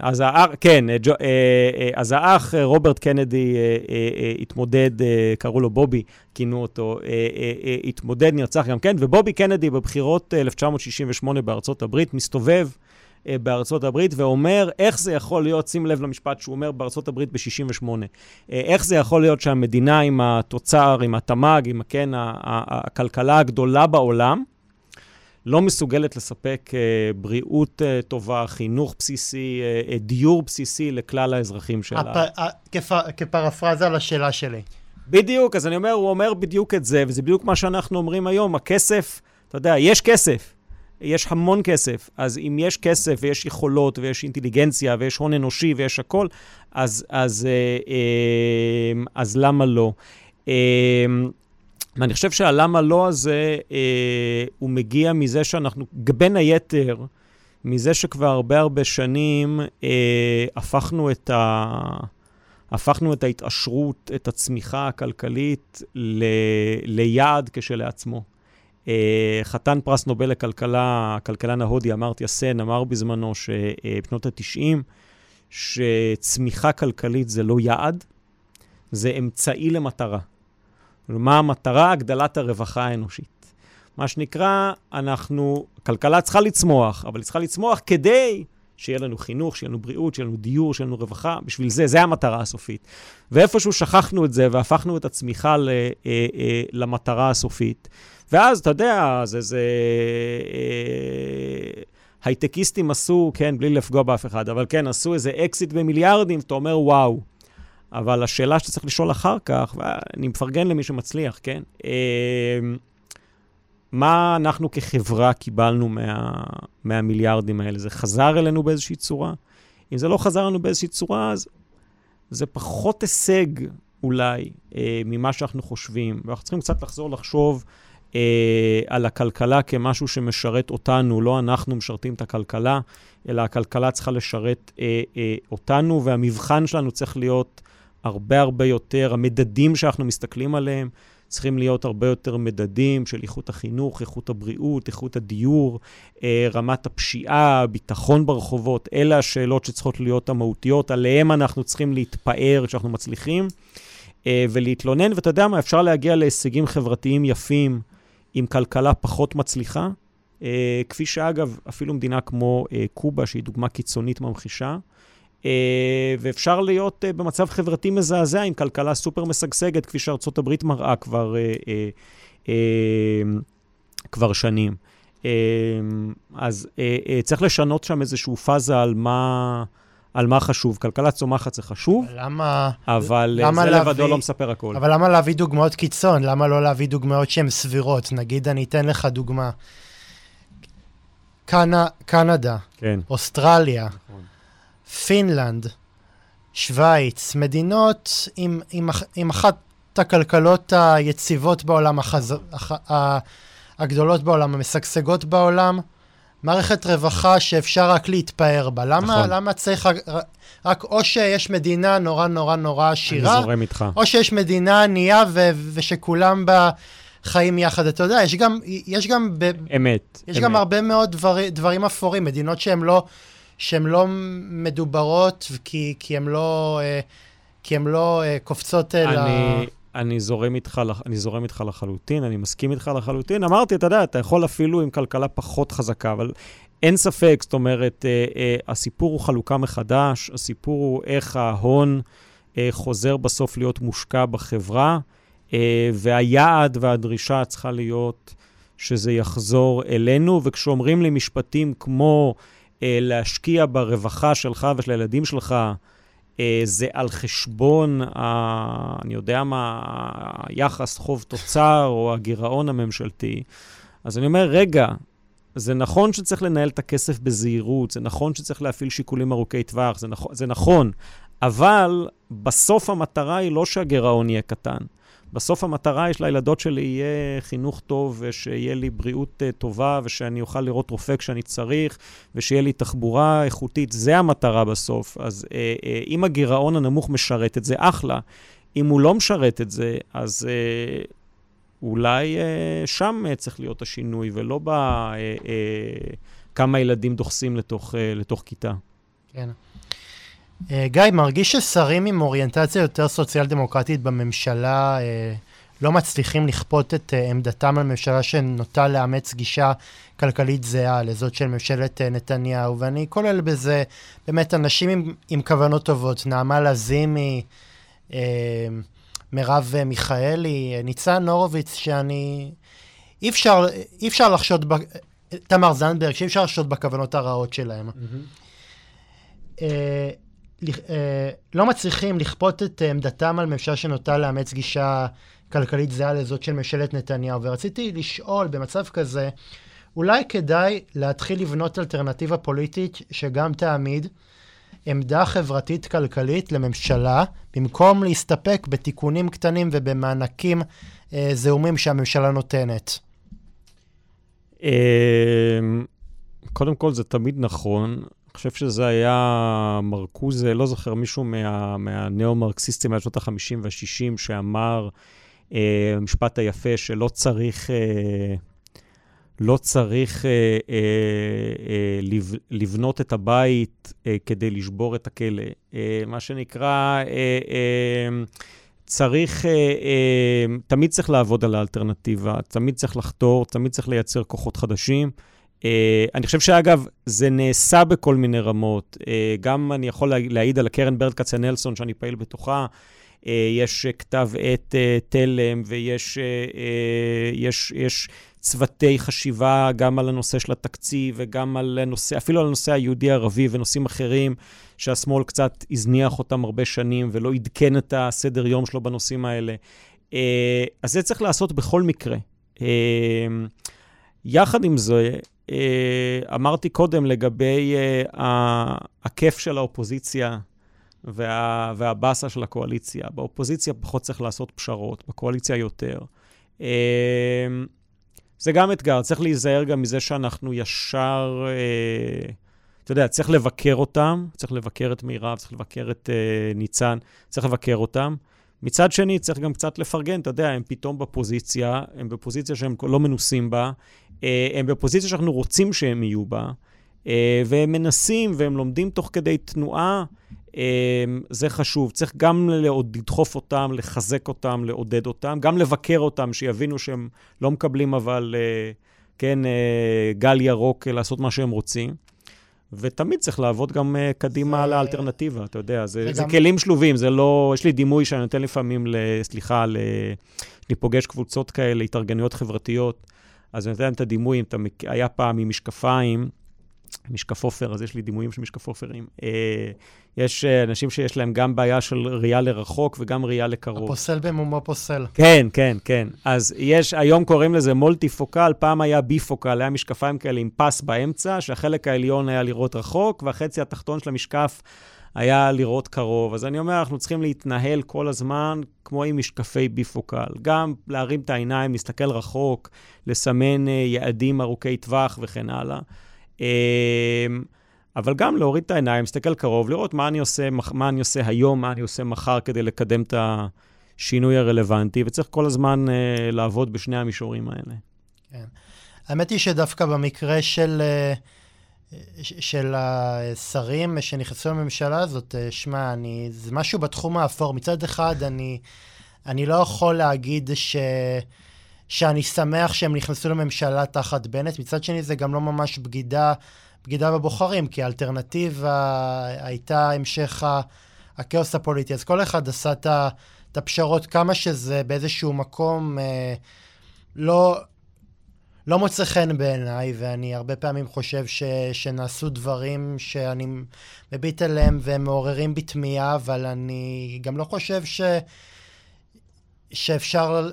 אז האח רוברט קנדי התמודד, קראו לו בובי, כינו אותו, התמודד, נרצח גם כן, ובובי קנדי בבחירות 1968 בארצות הברית, מסתובב בארצות הברית ואומר, איך זה יכול להיות, שים לב למשפט שהוא אומר בארצות הברית ב-68, איך זה יכול להיות שהמדינה עם התוצר, עם התמ"ג, עם הכלכלה הגדולה בעולם, לא מסוגלת לספק בריאות טובה, חינוך בסיסי, דיור בסיסי לכלל האזרחים שלה. כפרפרזה לשאלה שלי. בדיוק, אז אני אומר, הוא אומר בדיוק את זה, וזה בדיוק מה שאנחנו אומרים היום, הכסף, אתה יודע, יש כסף, יש המון כסף, אז אם יש כסף ויש יכולות ויש אינטליגנציה ויש הון אנושי ויש הכל, אז למה לא? ואני חושב שהלמה לא הזה, הוא מגיע מזה שאנחנו, בין היתר, מזה שכבר הרבה שנים הפכנו את ההתעשרות, את הצמיחה הכלכלית ליעד כשלעצמו. חתן פרס נובל לכלכלה, הכלכלן ההודי אמרתיה סן, אמר בזמנו שבשנות ה-90, שצמיחה כלכלית זה לא יעד, זה אמצעי למטרה. מה המטרה? הגדלת הרווחה האנושית. מה שנקרא, כלכלה צריכה לצמוח, אבל היא צריכה לצמוח כדי שיהיה לנו חינוך, שיהיה לנו בריאות, שיהיה לנו דיור, שיהיה לנו רווחה, בשביל זה המטרה הסופית. ואיפשהו שכחנו את זה, והפכנו את הצמיחה למטרה הסופית. ואז, אתה יודע, הייטקיסטים עשו, כן, בלי לפגוע באף אחד, אבל כן, עשו איזה אקסיט במיליארדים, ואתה אומר, וואו. אבל השאלה שאתה צריך לשאול אחר כך, ואני מפרגן למי שמצליח, כן? מה אנחנו כחברה קיבלנו מהמיליארדים האלה? זה חזר אלינו באיזושהי צורה? אם זה לא חזר אלינו באיזושהי צורה, אז זה פחות הישג אולי ממה שאנחנו חושבים. ואנחנו צריכים קצת לחשוב על הכלכלה כמשהו שמשרת אותנו, לא אנחנו משרתים את הכלכלה, אלא הכלכלה צריכה לשרת אותנו, והמבחן שלנו צריך להיות הרבה יותר, המדדים שאנחנו מסתכלים עליהם, צריכים להיות הרבה יותר מדדים של איכות החינוך, איכות הבריאות, איכות הדיור, רמת הפשיעה, ביטחון ברחובות, אלה השאלות שצריכות להיות המהותיות, עליהם אנחנו צריכים להתפאר כשאנחנו מצליחים, ולהתלונן, ואתה יודע מה, אפשר להגיע להישגים חברתיים יפים, עם כלכלה פחות מצליחה, כפי שאגב, אפילו מדינה כמו קובה, שהיא דוגמה קיצונית ממחישה, ואפשר להיות במצב חברתי מזעזע עם כלכלה סופר משגשגת, כפי שארצות הברית מראה כבר שנים. אז צריך לשנות שם איזשהו פאזה על מה חשוב. כלכלה צומחת זה חשוב, אבל זה לבדו לא מספר הכל. אבל למה להביא דוגמאות קיצון? למה לא להביא דוגמאות שהן סבירות? נגיד, אני אתן לך דוגמה. קנדה, כן. אוסטרליה, פינלנד, שוויץ, מדינות עם אחת הכלכלות היציבות בעולם, הגדולות בעולם, המשגשגות בעולם, מערכת רווחה שאפשר רק להתפאר בה. למה צריך רק או שיש מדינה נורא נורא נורא עשירה, אני זורם איתך. או שיש מדינה ענייה ושכולם בה חיים יחד. אתה יודע, יש גם אמת. יש גם הרבה מאוד דברים אפורים, מדינות שהן לא מדוברות, כי הן לא קופצות אני זורם איתך לחלוטין, אני מסכים איתך לחלוטין. אמרתי, אתה יודע, אתה יכול אפילו עם כלכלה פחות חזקה, אבל אין ספק, זאת אומרת, הסיפור הוא חלוקה מחדש, הסיפור הוא איך ההון חוזר בסוף להיות מושקע בחברה, והיעד והדרישה צריכה להיות שזה יחזור אלינו, וכשאומרים לי משפטים כמו להשקיע ברווחה שלך ושל הילדים שלך, זה על חשבון, אני יודע מה, היחס חוב תוצר או הגירעון הממשלתי. אז אני אומר, רגע, זה נכון שצריך לנהל את הכסף בזהירות, זה נכון שצריך להפעיל שיקולים ארוכי טווח, זה נכון, אבל בסוף המטרה היא לא שהגירעון יהיה קטן. בסוף המטרה יש לילדות שלי יהיה חינוך טוב, ושיהיה לי בריאות טובה, ושאני אוכל לראות רופא כשאני צריך, ושיהיה לי תחבורה איכותית. זה המטרה בסוף. אז אם הגירעון הנמוך משרת את זה, אחלה. אם הוא לא משרת את זה, אז אולי שם צריך להיות השינוי, ולא כמה ילדים דוחסים לתוך כיתה. כן. גיא, מרגיש ששרים עם אוריינטציה יותר סוציאל-דמוקרטית בממשלה לא מצליחים לכפות את עמדתם על ממשלה שנוטה לאמץ גישה כלכלית זהה לזאת של ממשלת נתניהו, ואני כולל בזה באמת אנשים עם כוונות טובות, נעמה לזימי, מרב מיכאלי, ניצן הורוביץ, אי אפשר לחשוד, תמר זנדברג, שאי אפשר לחשוד בכוונות הרעות שלהם. לא מצליחים לכפות את עמדתם על ממשלה שנוטה לאמץ גישה כלכלית זהה לזאת של ממשלת נתניהו, ורציתי לשאול במצב כזה, אולי כדאי להתחיל לבנות אלטרנטיבה פוליטית שגם תעמיד עמדה חברתית כלכלית לממשלה, במקום להסתפק בתיקונים קטנים ובמענקים זעומים שהממשלה נותנת. קודם כל זה תמיד נכון. אני חושב שזה היה מרקוז, לא זוכר, מישהו מהנאו-מרקסיסטים מהשנות ה-50 וה-60 שאמר המשפט היפה שלא צריך לבנות את הבית כדי לשבור את הכלא. מה שנקרא, תמיד צריך לעבוד על האלטרנטיבה, תמיד צריך לחתור, תמיד צריך לייצר כוחות חדשים. אני חושב שאגב, זה נעשה בכל מיני רמות. גם אני יכול להעיד על הקרן ברל כצנלסון, שאני פעיל בתוכה. יש כתב עת תלם, ויש צוותי חשיבה גם על הנושא של התקציב, וגם על הנושא, אפילו על הנושא היהודי-ערבי ונושאים אחרים, שהשמאל קצת הזניח אותם הרבה שנים, ולא עדכן את הסדר יום שלו בנושאים האלה. אז זה צריך לעשות בכל מקרה. יחד עם זה, אמרתי קודם לגבי הכיף של האופוזיציה והבאסה של הקואליציה. באופוזיציה פחות צריך לעשות פשרות, בקואליציה יותר. זה גם אתגר, צריך להיזהר גם מזה שאנחנו ישר, אתה יודע, צריך לבקר אותם, צריך לבקר את מירב, צריך לבקר את ניצן, צריך לבקר אותם. מצד שני, צריך גם קצת לפרגן, אתה יודע, הם פתאום בפוזיציה, הם בפוזיציה שהם לא מנוסים בה, הם בפוזיציה שאנחנו רוצים שהם יהיו בה, והם מנסים והם לומדים תוך כדי תנועה, זה חשוב. צריך גם לדחוף אותם, לחזק אותם, לעודד אותם, גם לבקר אותם, שיבינו שהם לא מקבלים אבל, כן, גל ירוק לעשות מה שהם רוצים. ותמיד צריך לעבוד גם קדימה על האלטרנטיבה, אתה יודע, זה כלים שלובים, זה לא, יש לי דימוי שאני נותן לפעמים, אני פוגש קבוצות כאלה, התארגנויות חברתיות, אז אני נותן את הדימויים, היה פעם עם משקפיים, משקף אופר, אז יש לי דימויים של משקף אופרים. יש אנשים שיש להם גם בעיה של ראייה לרחוק וגם ראייה לקרוב. הפוסל במומו פוסל. כן, כן, כן. אז יש, היום קוראים לזה מולטי-פוקל, פעם היה בי-פוקל, היה משקפיים כאלה עם פס באמצע, שהחלק העליון היה לראות רחוק, והחצי התחתון של המשקף היה לראות קרוב. אז אני אומר, אנחנו צריכים להתנהל כל הזמן כמו עם משקפי ביפוקל. גם להרים את העיניים, להסתכל רחוק, לסמן יעדים ארוכי טווח וכן הלאה. אבל גם להוריד את העיניים, להסתכל קרוב, לראות מה אני עושה היום, מה אני עושה מחר כדי לקדם את השינוי הרלוונטי, וצריך כל הזמן לעבוד בשני המישורים האלה. כן. האמת היא שדווקא במקרה של השרים שנכנסו לממשלה הזאת, שמע, זה משהו בתחום האפור. מצד אחד, אני לא יכול להגיד שאני שמח שהם נכנסו לממשלה תחת בנט, מצד שני זה גם לא ממש בגידה בבוחרים, כי האלטרנטיבה הייתה המשך הכאוס הפוליטי. אז כל אחד עשה את הפשרות, כמה שזה באיזשהו מקום לא מוצא חן בעיניי, ואני הרבה פעמים חושב שנעשו דברים שאני מביט עליהם והם מעוררים בתמיהה, אבל אני גם לא חושב שאפשר,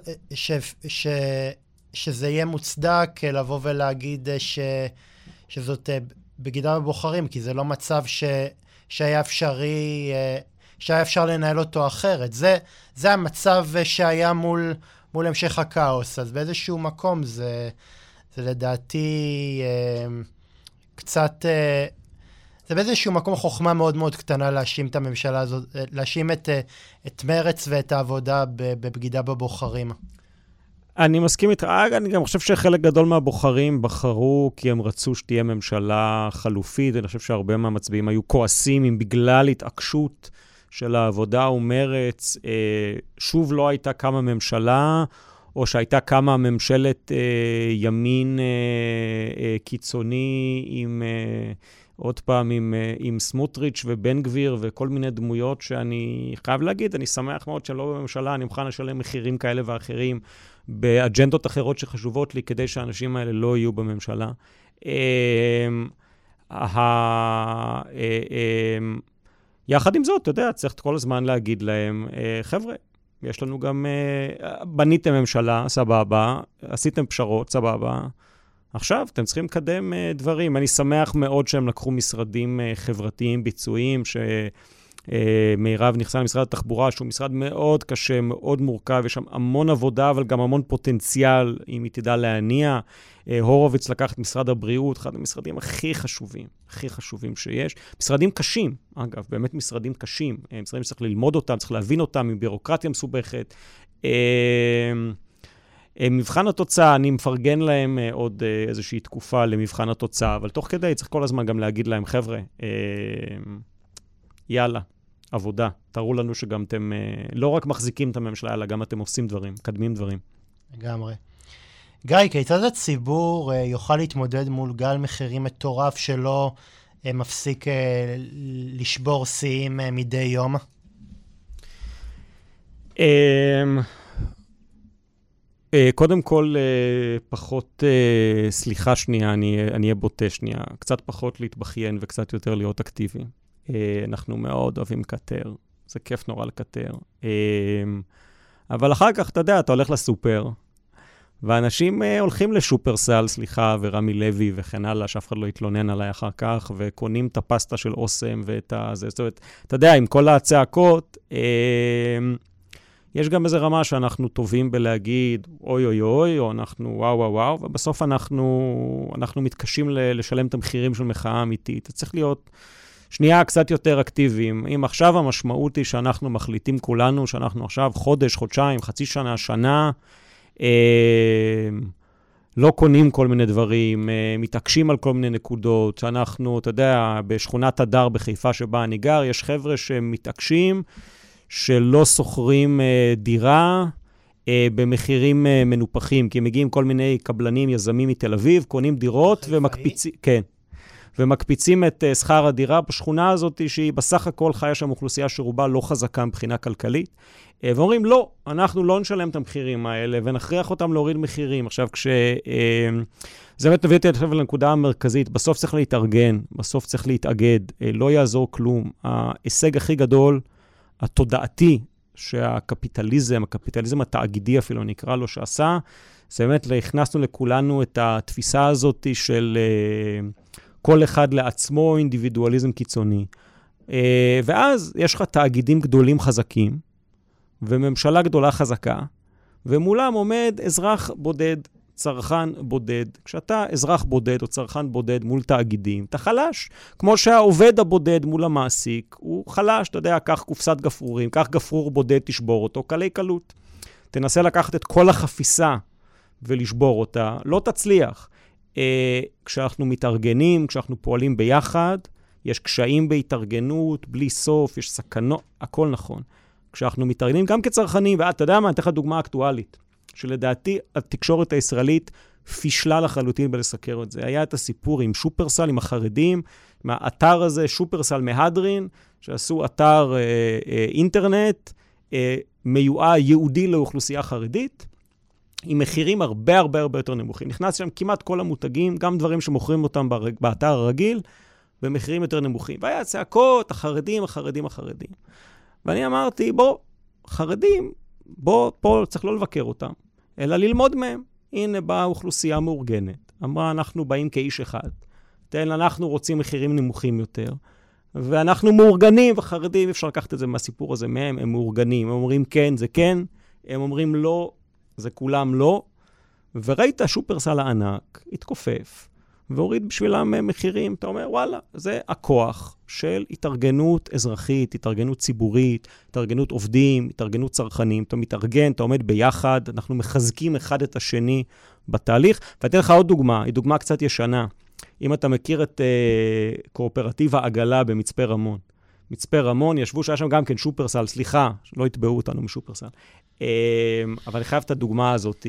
שזה יהיה מוצדק לבוא ולהגיד שזאת בגידה בבוחרים, כי זה לא מצב שהיה אפשר לנהל אותו אחרת. זה המצב שהיה מול המשך הכאוס. אז באיזשהו מקום זה לדעתי קצת, זה באיזשהו מקום חוכמה מאוד מאוד קטנה להאשים את הממשלה הזאת, להאשים את מרץ ואת העבודה בבגידה בבוחרים. אני מסכים איתך, אני גם חושב שחלק גדול מהבוחרים בחרו כי הם רצו שתהיה ממשלה חלופית, אני חושב שהרבה מהמצביעים היו כועסים אם בגלל התעקשות של העבודה ומרץ, שוב לא הייתה קמה ממשלה, או שהייתה קמה ממשלת ימין קיצוני עם עוד פעם עם סמוטריץ' ובן גביר וכל מיני דמויות שאני חייב להגיד, אני שמח מאוד שלא בממשלה, אני מוכן לשלם מחירים כאלה ואחרים באג'נדות אחרות שחשובות לי כדי שהאנשים האלה לא יהיו בממשלה. יחד עם זאת, אתה יודע, צריך כל הזמן להגיד להם, חבר'ה, יש לנו גם, בניתם ממשלה, סבבה, עשיתם פשרות, סבבה, עכשיו אתם צריכים לקדם דברים. אני שמח מאוד שהם לקחו משרדים חברתיים, ביצועיים, שמירב נכנסה למשרד התחבורה, שהוא משרד מאוד קשה, מאוד מורכב, יש שם המון עבודה, אבל גם המון פוטנציאל, אם היא תדע להניע. הורוביץ לקח את משרד הבריאות, אחד המשרדים הכי חשובים שיש. משרדים קשים, אגב, באמת משרדים קשים. משרדים שצריך ללמוד אותם, צריך להבין אותם, עם בירוקרטיה מסובכת. מבחן התוצאה, אני מפרגן להם עוד איזושהי תקופה למבחן התוצאה, אבל תוך כדי צריך כל הזמן גם להגיד להם, חבר'ה, יאללה, עבודה. תראו לנו שגם אתם לא רק מחזיקים את הממשלה, אלא גם אתם עושים דברים, מקדמים דברים. לגמרי. גיא, כיצד הציבור יוכל להתמודד מול גל מחירים מטורף שלא מפסיק לשבור שיאים מדי יום? קודם כל, פחות, סליחה שנייה, אני אהיה בוטה שנייה, קצת פחות להתבכיין וקצת יותר להיות אקטיבי. אנחנו מאוד אוהבים קטר, זה כיף נורא לקטר. אבל אחר כך, אתה יודע, אתה הולך לסופר, ואנשים הולכים לשופרסל, סליחה, ורמי לוי וכן הלאה, שאף אחד לא יתלונן עליי אחר כך, וקונים את הפסטה של אוסם ואת זה. זאת אומרת, אתה יודע, עם כל הצעקות, יש גם איזו רמה שאנחנו טובים בלהגיד, אוי אוי אוי, או אנחנו וואו וואו וואו, ובסוף אנחנו מתקשים לשלם את המחירים של מחאה אמיתית. זה צריך להיות שנייה קצת יותר אקטיביים. אם עכשיו המשמעות היא שאנחנו מחליטים כולנו, שאנחנו עכשיו חודש, חודשיים, חצי שנה, שנה, לא קונים כל מיני דברים, מתעקשים על כל מיני נקודות, שאנחנו, אתה יודע, בשכונת הדר בחיפה שבה אני גר, יש חבר'ה שמתעקשים, שלא סוחרים דירה במחירים מנופחים, כי הם מגיעים כל מיני קבלנים, יזמים מתל אביב, קונים דירות ומקפיצים, כן, ומקפיצים את שכר הדירה בשכונה הזאת, שהיא בסך הכל חיה שם אוכלוסייה שרובה לא חזקה מבחינה כלכלית, ואומרים, לא, אנחנו לא נשלם את המחירים האלה, ונכריח אותם להוריד מחירים. עכשיו, זה באמת מביא אותי לנקודה המרכזית, בסוף צריך להתארגן, בסוף צריך להתאגד, לא יעזור כלום. ההישג הכי גדול, התודעתי, שהקפיטליזם התאגידי אפילו נקרא לו שעשה, זה באמת הכנסנו לכולנו את התפיסה הזאת של כל אחד לעצמו, אינדיבידואליזם קיצוני. ואז יש לך תאגידים גדולים חזקים, וממשלה גדולה חזקה, ומולם עומד אזרח בודד, צרכן בודד. כשאתה אזרח בודד או צרכן בודד מול תאגידים, אתה חלש. כמו שהעובד הבודד מול המעסיק, הוא חלש, אתה יודע, קח קופסת גפרורים, קח גפרור בודד, תשבור אותו, קלי קלות. תנסה לקחת את כל החפיסה ולשבור אותה, לא תצליח. כשאנחנו מתארגנים, כשאנחנו פועלים ביחד, יש קשיים בהתארגנות, בלי סוף, יש סכנות, הכל נכון. כשאנחנו מתארגנים גם כצרכנים, ואתה יודע מה, אני אתן לך דוגמה אקטואלית, שלדעתי התקשורת הישראלית פישלה לחלוטין בלסקר את זה. היה את הסיפור עם שופרסל, עם החרדים, מהאתר הזה, שופרסל מהדרין, שעשו אתר אינטרנט, מיועד ייעודי לאוכלוסייה חרדית, עם מחירים הרבה הרבה הרבה יותר נמוכים. נכנס שם כמעט כל המותגים, גם דברים שמוכרים אותם באתר הרגיל, במחירים יותר נמוכים. והיה צעקות, החרדים. ואני אמרתי, חרדים, פה צריך לא לבקר אותם, אלא ללמוד מהם. הנה באה אוכלוסייה מאורגנת. אמרה, אנחנו באים כאיש אחד. אנחנו רוצים מחירים נמוכים יותר. ואנחנו מאורגנים, וחרדים, אפשר לקחת את זה מהסיפור הזה מהם, הם מאורגנים. הם אומרים כן, זה כן. הם אומרים לא, זה כולם לא. וראית שופרסל הענק, התכופף, והוריד בשבילם מחירים. אתה אומר, וואלה, זה הכוח של התארגנות אזרחית, התארגנות ציבורית, התארגנות עובדים, התארגנות צרכנים. אתה מתארגן, אתה עומד ביחד, אנחנו מחזקים אחד את השני בתהליך. ואתן לך עוד דוגמה, היא דוגמה קצת ישנה. אם אתה מכיר את קואופרטיב העגלה במצפה רמון. מצפה רמון, ישבו שהיה שם גם כן שופרסל, סליחה, לא יתבעו אותנו משופרסל. אבל אני חייב את הדוגמה הזאת.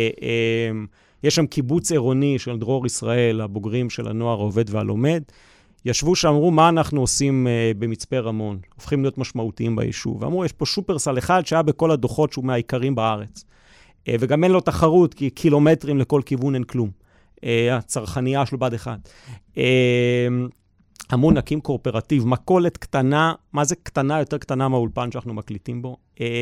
יש שם קיבוץ עירוני של דרור ישראל, הבוגרים של הנוער העובד והלומד. ישבו שאמרו, מה אנחנו עושים במצפה רמון? הופכים להיות משמעותיים ביישוב. ואמרו, יש פה שופרסל אחד שהיה בכל הדוחות שהוא מהעיקרים בארץ. וגם אין לו תחרות, כי קילומטרים לכל כיוון אין כלום. הצרכנייה שלו בד אחד. אמרו, נקים קואופרטיב, מכולת קטנה, מה זה קטנה? יותר קטנה מהאולפן שאנחנו מקליטים בו.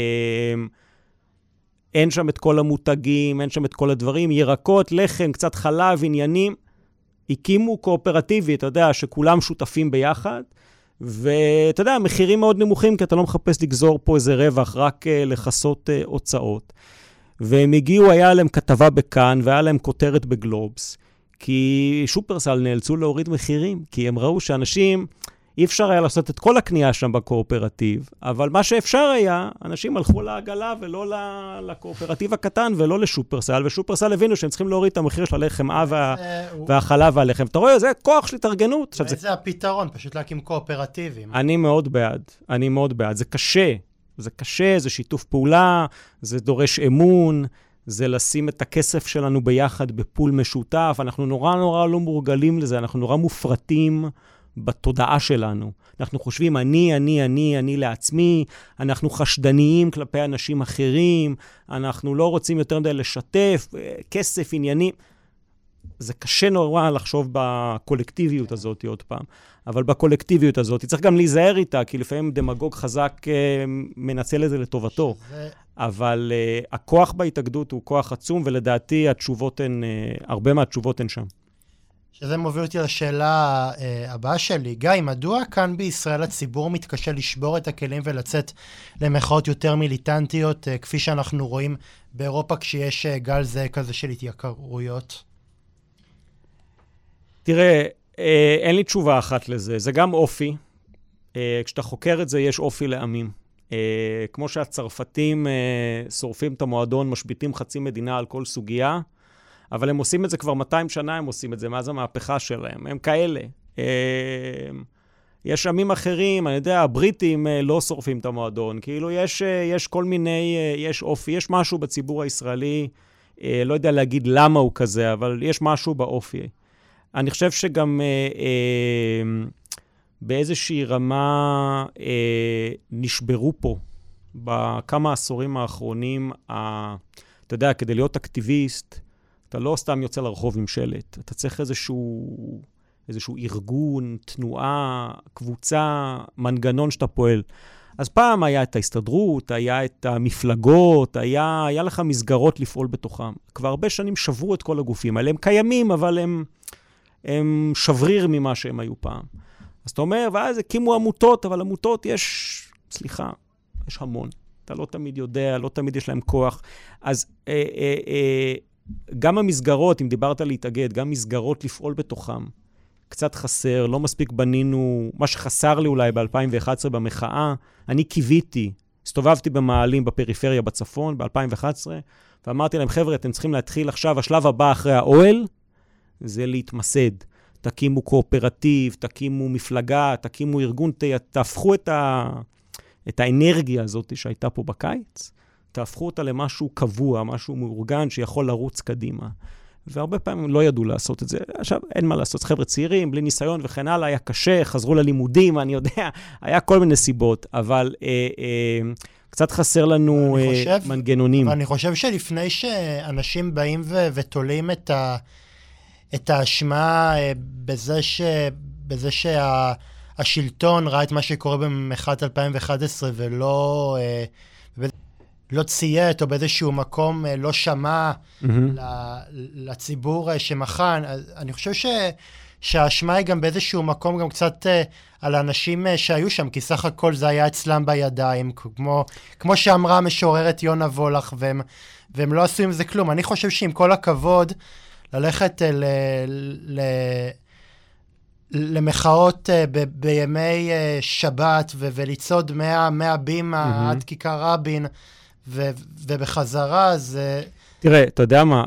אין שם את כל המותגים, אין שם את כל הדברים, ירקות, לחם, קצת חלב, עניינים. הקימו קואופרטיבי, אתה יודע, שכולם שותפים ביחד, ואתה יודע, מחירים מאוד נמוכים, כי אתה לא מחפש לגזור פה איזה רווח, רק לחסות הוצאות. והם הגיעו, היה להם כתבה בכאן, והיה להם כותרת בגלובס, כי שופרסל נאלצו להוריד מחירים, כי הם ראו שאנשים, אי אפשר היה לעשות את כל הקנייה שם בקואופרטיב, אבל מה שאפשר היה, אנשים הלכו לעגלה ולא לקואופרטיב הקטן ולא לשופרסל, ושופרסל הבינו שהם צריכים להוריד את המחיר של הלחם והחלב והלחם. אתה רואה, זה כוח של התארגנות. זה הפתרון, פשוט להקים קואופרטיבים. אני מאוד בעד, זה קשה. זה קשה, זה שיתוף פעולה, זה דורש אמון, זה לשים את הכסף שלנו ביחד בפול משותף. אנחנו נורא לא מורגלים לזה, אנחנו נורא מופרטים בתודעה שלנו. אנחנו חושבים, אני לעצמי, אנחנו חשדניים כלפי אנשים אחרים, אנחנו לא רוצים יותר מדי לשתף, כסף, עניינים. זה קשה נורא לחשוב בקולקטיביות הזאת עוד פעם. אבל בקולקטיביות הזאת, צריך גם להיזהר איתה, כי לפעמים דמגוג חזק מנצל את זה לטובתו. אבל הכוח בהתאגדות הוא כוח עצום, ולדעתי התשובות הן, הרבה מהתשובות הן שם. שזה מוביל אותי לשאלה הבאה שלי. גיא, מדוע כאן בישראל הציבור מתקשה לשבור את הכלים ולצאת למחאות יותר מיליטנטיות, כפי שאנחנו רואים באירופה כשיש גל זה כזה של התייקרויות? תראה, אין לי תשובה אחת לזה. זה גם אופי. כשאתה חוקר את זה, יש אופי לעמים. כמו שהצרפתים שורפים את המועדון, משביתים חצי מדינה על כל סוגיה, אבל הם עושים את זה כבר 200 שנה, הם עושים את זה, מאז המהפכה שלהם. הם כאלה. יש עמים אחרים, אני יודע, הבריטים לא שורפים את המועדון. כאילו יש כל מיני, יש אופי, יש משהו בציבור הישראלי, לא יודע להגיד למה הוא כזה, אבל יש משהו באופי. אני חושב שגם באיזושהי רמה נשברו פה, בכמה עשורים האחרונים, אתה יודע, כדי להיות אקטיביסט, אתה לא סתם יוצא לרחוב עם שלט, אתה צריך איזשהו ארגון, תנועה, קבוצה, מנגנון שאתה פועל. אז פעם היה את ההסתדרות, היה את המפלגות, היה לך מסגרות לפעול בתוכם. כבר הרבה שנים שברו את כל הגופים האלה, הם קיימים, אבל הם שבריר ממה שהם היו פעם. אז אתה אומר, ואז הקימו עמותות, אבל עמותות יש המון. אתה לא תמיד יודע, לא תמיד יש להם כוח. אז גם המסגרות, אם דיברת להתאגד, גם מסגרות לפעול בתוכם, קצת חסר, לא מספיק בנינו, מה שחסר לי אולי ב-2011 במחאה, אני קיוויתי, הסתובבתי במעלים בפריפריה בצפון, ב-2011, ואמרתי להם, חבר'ה, אתם צריכים להתחיל עכשיו, השלב הבא אחרי האוהל, זה להתמסד. תקימו קואופרטיב, תקימו מפלגה, תקימו ארגון, תהפכו את האנרגיה הזאת שהייתה פה בקיץ, תהפכו אותה למשהו קבוע, משהו מאורגן שיכול לרוץ קדימה. והרבה פעמים לא ידעו לעשות את זה. עכשיו, אין מה לעשות. חבר'ה צעירים, בלי ניסיון וכן הלאה, היה קשה, חזרו ללימודים, אני יודע, היה כל מיני סיבות, אבל קצת חסר לנו מנגנונים. אבל אני חושב שלפני שאנשים באים ותולים את האשמה בזה שהשלטון ראה את מה שקורה במחאת 2011 ולא לא ציית, או באיזשהו מקום לא שמע לציבור שמחן. אני חושב שהאשמה היא גם באיזשהו מקום גם קצת על האנשים שהיו שם, כי סך הכל זה היה אצלם בידיים, כמו שאמרה המשוררת יונה וולך, והם לא עשו עם זה כלום. אני חושב שעם כל הכבוד, ללכת למחאות בימי שבת וליצוד מהבימה עד כיכר רבין, ובחזרה זה... תראה, אתה יודע מה,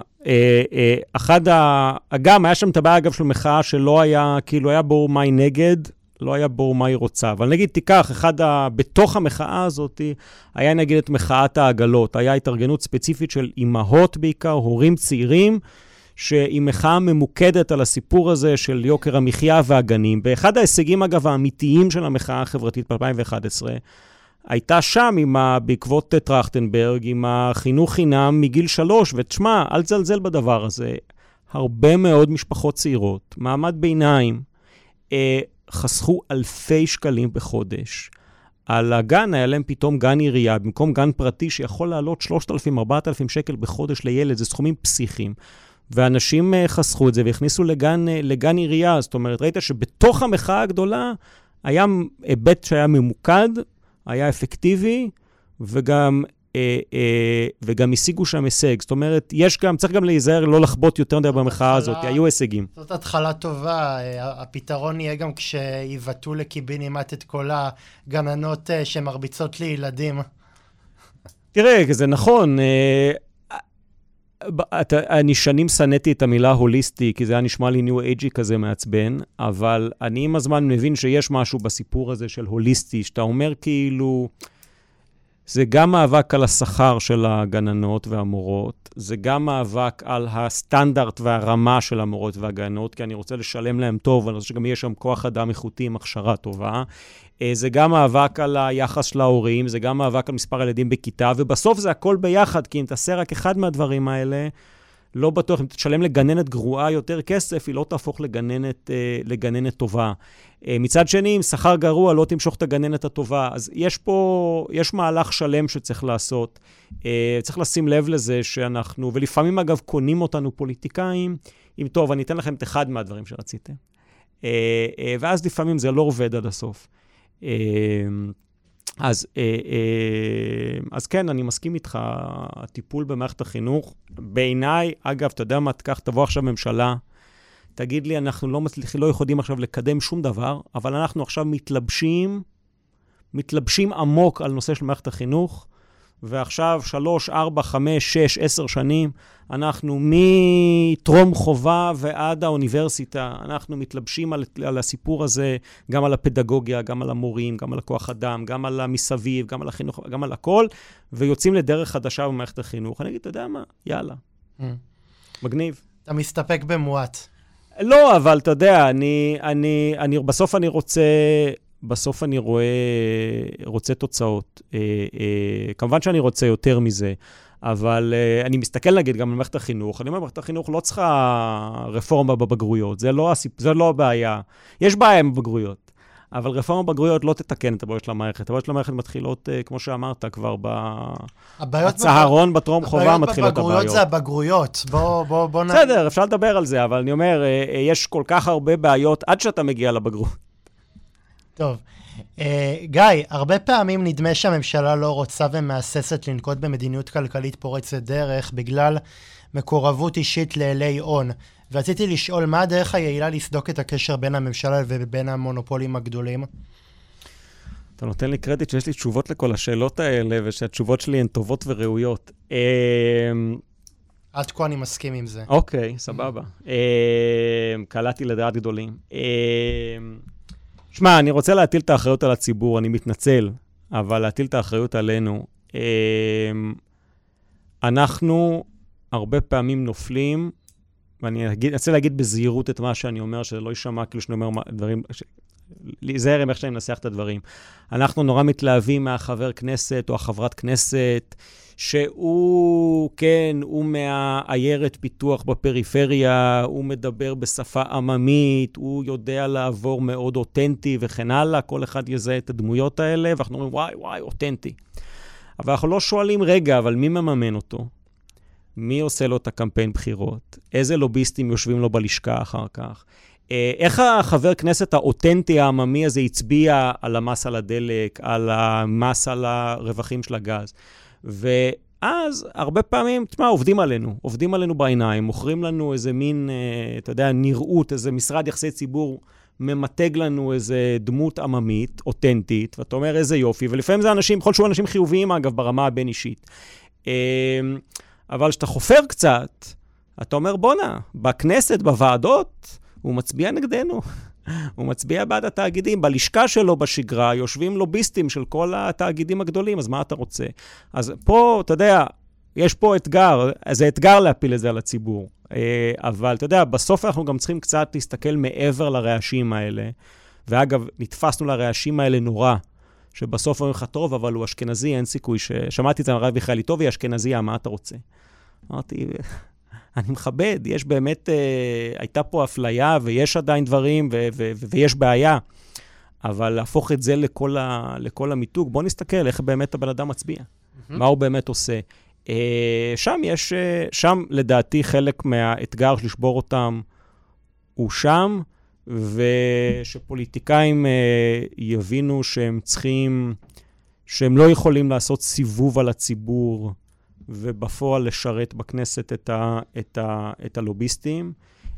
גם היה שם את הבעיה אגב של מחאה שלא היה, כאילו היה ברור מה היא נגד, לא היה ברור מה היא רוצה. אבל נגיד תיקח, בתוך המחאה הזאת, היה נגיד את מחאת העגלות, היה התארגנות ספציפית של אמהות בעיקר, הורים צעירים, שהיא מחאה ממוקדת על הסיפור הזה של יוקר המחיה והגנים. ואחד ההישגים אגב האמיתיים של המחאה החברתית ב-2011, הייתה שם בעקבות טרכטנברג, עם החינוך חינם מגיל 3, ותשמע, אל תזלזל בדבר הזה. הרבה מאוד משפחות צעירות, מעמד ביניים, חסכו אלפי שקלים בחודש. על הגן היה להם פתאום גן עירייה, במקום גן פרטי שיכול לעלות 3,000-4,000 שקל בחודש לילד, זה סכומים פסיכיים. ואנשים חסכו את זה והכניסו לגן עירייה. זאת אומרת, ראית שבתוך המחאה הגדולה היה היבט שהיה ממוקד, היה אפקטיבי, וגם השיגו שם הישג. זאת אומרת, צריך גם להיזהר לא לחבוט יותר מדי במחאה הזאת, היו הישגים. זאת התחלה טובה. הפתרון יהיה גם כשיבטאו לקיבינימט את כל הגננות שמרביצות לילדים. תראה, זה נכון. אני שנים סניתי את המילה הוליסטי, כי זה היה נשמע לי ניו אייג'י כזה מעצבן, אבל אני עם הזמן מבין שיש משהו בסיפור הזה של הוליסטי, שאתה אומר כאילו, זה גם מאבק על השכר של הגננות והמורות, זה גם מאבק על הסטנדרט והרמה של המורות והגננות, כי אני רוצה לשלם להם טוב, ואני רוצה שגם יהיה שם כוח אדם איכותי עם הכשרה טובה. זה גם מאבק על היחס של ההורים, זה גם מאבק על מספר ילדים בכיתה, ובסוף זה הכל ביחד, כי אם תעשה רק אחד מהדברים האלה, לא בטוח, אם תשלם לגננת גרועה יותר כסף, היא לא תהפוך לגננת טובה. מצד שני, אם שכר גרוע, לא תמשוך את הגננת הטובה. אז יש מהלך שלם שצריך לעשות. צריך לשים לב לזה שאנחנו, ולפעמים אגב קונים אותנו פוליטיקאים, אם טוב, אני אתן לכם את אחד מהדברים שרציתם. ואז לפעמים זה לא עובד עד הסוף. אז כן, אני מסכים איתך, הטיפול במערכת החינוך, בעיניי, אגב, אתה יודע מה, תבוא עכשיו ממשלה, תגיד לי, אנחנו לא יכולים עכשיו לקדם שום דבר, אבל אנחנו עכשיו מתלבשים עמוק על נושא של מערכת החינוך, ועכשיו 3, 4, 5, 6, 10 שנים, אנחנו מטרום חובה ועד האוניברסיטה, אנחנו מתלבשים על הסיפור הזה, גם על הפדגוגיה, גם על המורים, גם על הכוח אדם, גם על המסביב, גם על החינוך, גם על הכל, ויוצאים לדרך חדשה במערכת החינוך. אני אגיד, אתה יודע מה? יאללה. מגניב. אתה מסתפק במועט. לא, אבל אתה יודע, בסוף אני רוצה תוצאות. כמובן שאני רוצה יותר מזה, אבל אני מסתכל נגיד גם על מערכת החינוך. אני אומר, מערכת החינוך לא צריכה רפורמה בבגרויות. זה לא הבעיה. יש בעיה עם בגרויות, אבל רפורמה בבגרויות לא תתקן את הבעיות של המערכת. הבעיות של המערכת מתחילות, כמו שאמרת, כבר בצהרון, בטרום חובה מתחילות הבעיות. הבעיות זה הבגרויות. בוא בסדר, אפשר לדבר על זה, אבל אני אומר, יש כל כך הרבה בעיות עד שאתה מגיע לבגרות. טוב. גיא, הרבה פעמים נדמה שהממשלה לא רוצה ומאססת לנקוט במדיניות כלכלית פורצת דרך בגלל מקורבות אישית לאלי הון. ורציתי לשאול, מה הדרך היעילה לסדוק את הקשר בין הממשלה ובין המונופולים הגדולים? אתה נותן לי קרדיט שיש לי תשובות לכל השאלות האלה, ושהתשובות שלי הן טובות וראויות. עד כה אני מסכים עם זה. אוקיי, סבבה. קלעתי לדעת גדולים. שמע, אני רוצה להטיל את האחריות על הציבור, אני מתנצל, אבל להטיל את האחריות עלינו. אנחנו הרבה פעמים נופלים, ואני רוצה להגיד בזהירות את מה שאני אומר, שזה לא יישמע כאילו שאני אומר דברים, להיזהר עם איך שאני מנסח את הדברים. אנחנו נורא מתלהבים מהחבר כנסת או החברת כנסת, שהוא, כן, הוא מהעיירת פיתוח בפריפריה, הוא מדבר בשפה עממית, הוא יודע לעבור מאוד אותנטי וכן הלאה, כל אחד יזהה את הדמויות האלה, ואנחנו אומרים, וואי, וואי, אותנטי. אבל אנחנו לא שואלים, רגע, אבל מי מממן אותו? מי עושה לו את הקמפיין בחירות? איזה לוביסטים יושבים לו בלשכה אחר כך? איך החבר כנסת האותנטי העממי הזה הצביע על המס על הדלק, על המס על הרווחים של הגז? ואז הרבה פעמים, תשמע, עובדים עלינו בעיניים, מוכרים לנו איזה מין, אתה יודע, נראות, איזה משרד יחסי ציבור, ממתג לנו איזה דמות עממית, אותנטית, ואתה אומר איזה יופי, ולפעמים זה אנשים, בכל שהוא אנשים חיוביים, אגב, ברמה הבין אישית. אבל כשאתה חופר קצת, אתה אומר, בונה, בכנסת, בוועדות, הוא מצביע נגדנו. הוא מצביע בעד התאגידים. בלשכה שלו בשגרה יושבים לוביסטים של כל התאגידים הגדולים, אז מה אתה רוצה? אז פה, אתה יודע, יש פה אתגר, זה אתגר להפיל את זה על הציבור. אבל אתה יודע, בסוף אנחנו גם צריכים קצת להסתכל מעבר לרעשים האלה. ואגב, נתפסנו לרעשים האלה נורא, שבסוף אומרים לך טוב, אבל הוא אשכנזי, אין סיכוי שמעתי את זה מהרב מיכאלי, טוב, היא אשכנזיה, מה אתה רוצה? אמרתי, אני מכבד, יש באמת, הייתה פה אפליה, ויש עדיין דברים, ויש בעיה, אבל להפוך את זה לכל המיתוג, בוא נסתכל איך באמת הבן אדם מצביע, מה הוא באמת עושה. שם לדעתי חלק מהאתגר לשבור אותם הוא שם, ושפוליטיקאים יבינו שהם לא יכולים לעשות סיבוב על הציבור, ובפועל לשרת בכנסת את הלוביסטים,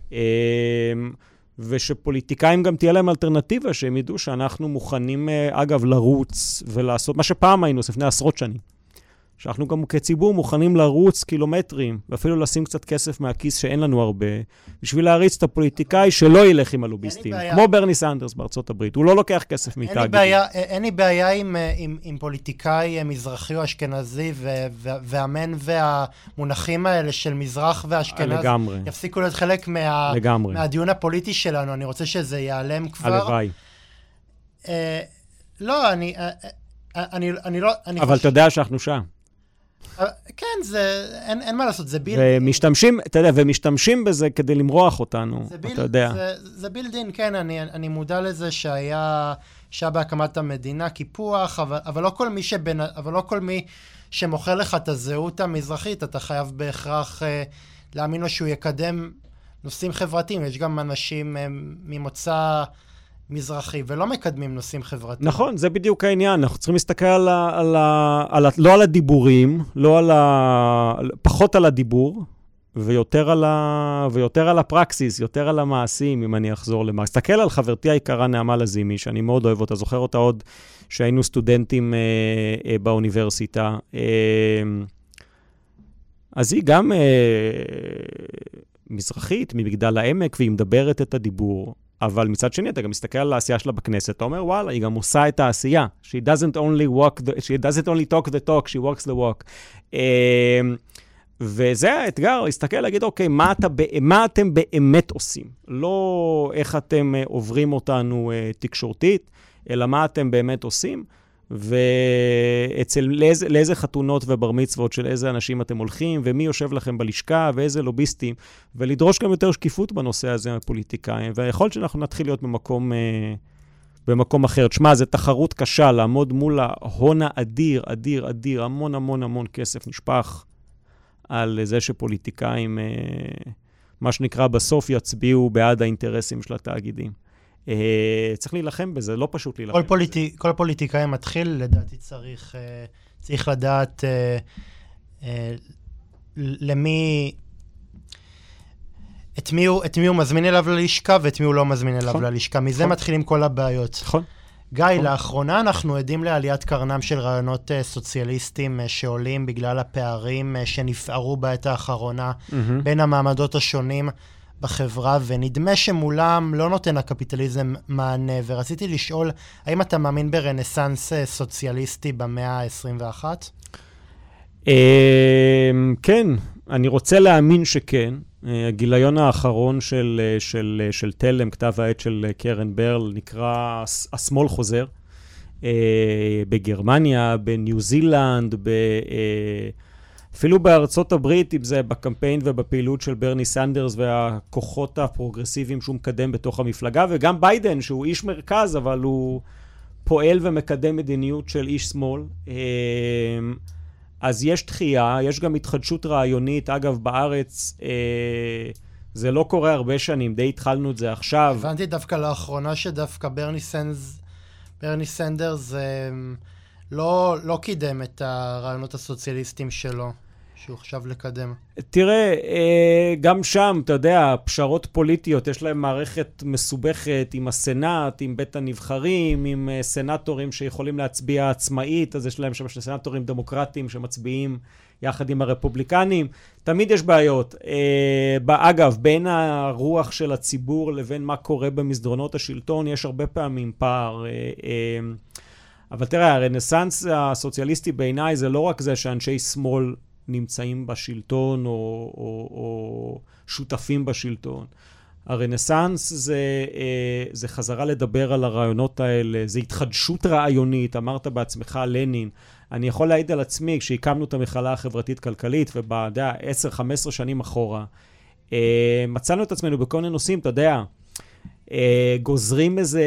ושפוליטיקאים גם תהיה להם אלטרנטיבה, שהם ידעו שאנחנו מוכנים, אגב, לרוץ ולעשות, מה שפעם היינו, לפני עשרות שנים, שאנחנו גם כציבור מוכנים לרוץ קילומטרים, ואפילו לשים קצת כסף מהכיס שאין לנו הרבה, בשביל להריץ את הפוליטיקאי שלא ילך עם הלוביסטים. כמו ברני סנדרס בארצות הברית, הוא לא לוקח כסף מתאגידים. אין לי בעיה עם פוליטיקאי מזרחי או אשכנזי, והמן והמונחים האלה של מזרח ואשכנז, לגמרי. יפסיקו להיות חלק מהדיון הפוליטי שלנו. אני רוצה שזה ייעלם כבר. הלוואי. לא, אני לא... אבל אתה יודע שאנחנו שם. כן, אין מה לעשות, זה ומשתמשים, אתה יודע, ומשתמשים בזה כדי למרוח אותנו, אתה יודע. זה בילדין, כן, אני מודע לזה שהיה בהקמת המדינה קיפוח, אבל לא כל מי שמוכר לך את הזהות המזרחית, אתה חייב בהכרח להאמין לו שהוא יקדם נושאים חברתיים. יש גם אנשים ממוצא מזרחי, ולא מקדמים נושאים חברתיים. נכון, זה בדיוק העניין. אנחנו צריכים להסתכל לא על הדיבורים, פחות על הדיבור, ויותר על הפרקסיס, יותר על המעשים, אם אני אחזור למה. תסתכל על חברתי היקרה נעמה לזימי, שאני מאוד אוהב אותה, זוכר אותה עוד שהיינו סטודנטים באוניברסיטה. אז היא גם מזרחית, ממגדל העמק, והיא מדברת את הדיבור. אבל מצד שני, אתה גם מסתכל על העשייה שלה בכנסת, אתה אומר, וואלה, היא גם עושה את העשייה. She doesn't only talk the talk, she walks the walk. וזה האתגר, להסתכל, להגיד, אוקיי, מה אתם באמת עושים? לא איך אתם עוברים אותנו תקשורתית, אלא מה אתם באמת עושים, לאיזה חתונות ובר מצוות של איזה אנשים אתם הולכים, ומי יושב לכם בלשכה, ואיזה לוביסטים, ולדרוש גם יותר שקיפות בנושא הזה מהפוליטיקאים, ויכול להיות שאנחנו נתחיל להיות במקום אחר. תשמע, זו תחרות קשה, לעמוד מול ההון האדיר, אדיר, אדיר, המון המון המון כסף נשפך, על זה שפוליטיקאים, מה שנקרא בסוף, יצביעו בעד האינטרסים של התאגידים. צריך להילחם בזה, לא פשוט להילחם בזה. כל פוליטיקאי מתחיל, לדעתי צריך לדעת למי, את מי הוא מזמין אליו ללשכה, ואת מי הוא לא מזמין אליו ללשכה. מזה מתחילים כל הבעיות. נכון. גיא, לאחרונה אנחנו עדים לעליית קרנם של רעיונות סוציאליסטיים שעולים בגלל הפערים שנפערו בעת האחרונה בין המעמדות השונים בחברה, ונדמה שמולם לא נותן הקפיטליזם מענה, ורציתי לשאול, האם אתה מאמין ברנסנס סוציאליסטי במאה ה-21? כן, אני רוצה להאמין שכן. הגיליון האחרון של תלם, כתב העת של קרן ברל, נקרא השמאל חוזר. בגרמניה, בניו זילנד, אפילו בארצות הברית, אם זה בקמפיין ובפעילות של ברני סנדרס והכוחות הפרוגרסיביים שהוא מקדם בתוך המפלגה, וגם ביידן, שהוא איש מרכז, אבל הוא פועל ומקדם מדיניות של איש שמאל. אז יש דחייה, יש גם התחדשות רעיונית. אגב, בארץ זה לא קורה הרבה שנים, די התחלנו את זה עכשיו. הבנתי דווקא לאחרונה שדווקא ברני סנדרס לא קידם את הרעיונות הסוציאליסטיים שלו, שהוא חשב לקדם. תראה, גם שם, אתה יודע, פשרות פוליטיות, יש להם מערכת מסובכת עם הסנאט, עם בית הנבחרים, עם סנאטורים שיכולים להצביע עצמאית, אז יש להם שם סנאטורים דמוקרטיים שמצביעים יחד עם הרפובליקנים. תמיד יש בעיות. אגב, בין הרוח של הציבור לבין מה קורה במסדרונות השלטון, יש הרבה פעמים פער. אבל תראה, הרנסנס הסוציאליסטי בעיניי זה לא רק זה שאנשי שמאל נמצאים בשלטון או שותפים בשלטון. הרנסנס זה חזרה לדבר על הרעיונות האלה, זה התחדשות רעיונית, אמרת בעצמך לנין. אני יכול להעיד על עצמי, כשהקמנו את המכללה החברתית-כלכלית, ובעדה 10-15 שנים אחורה, מצאנו את עצמנו בכל מיני נושאים, אתה יודע, גוזרים איזה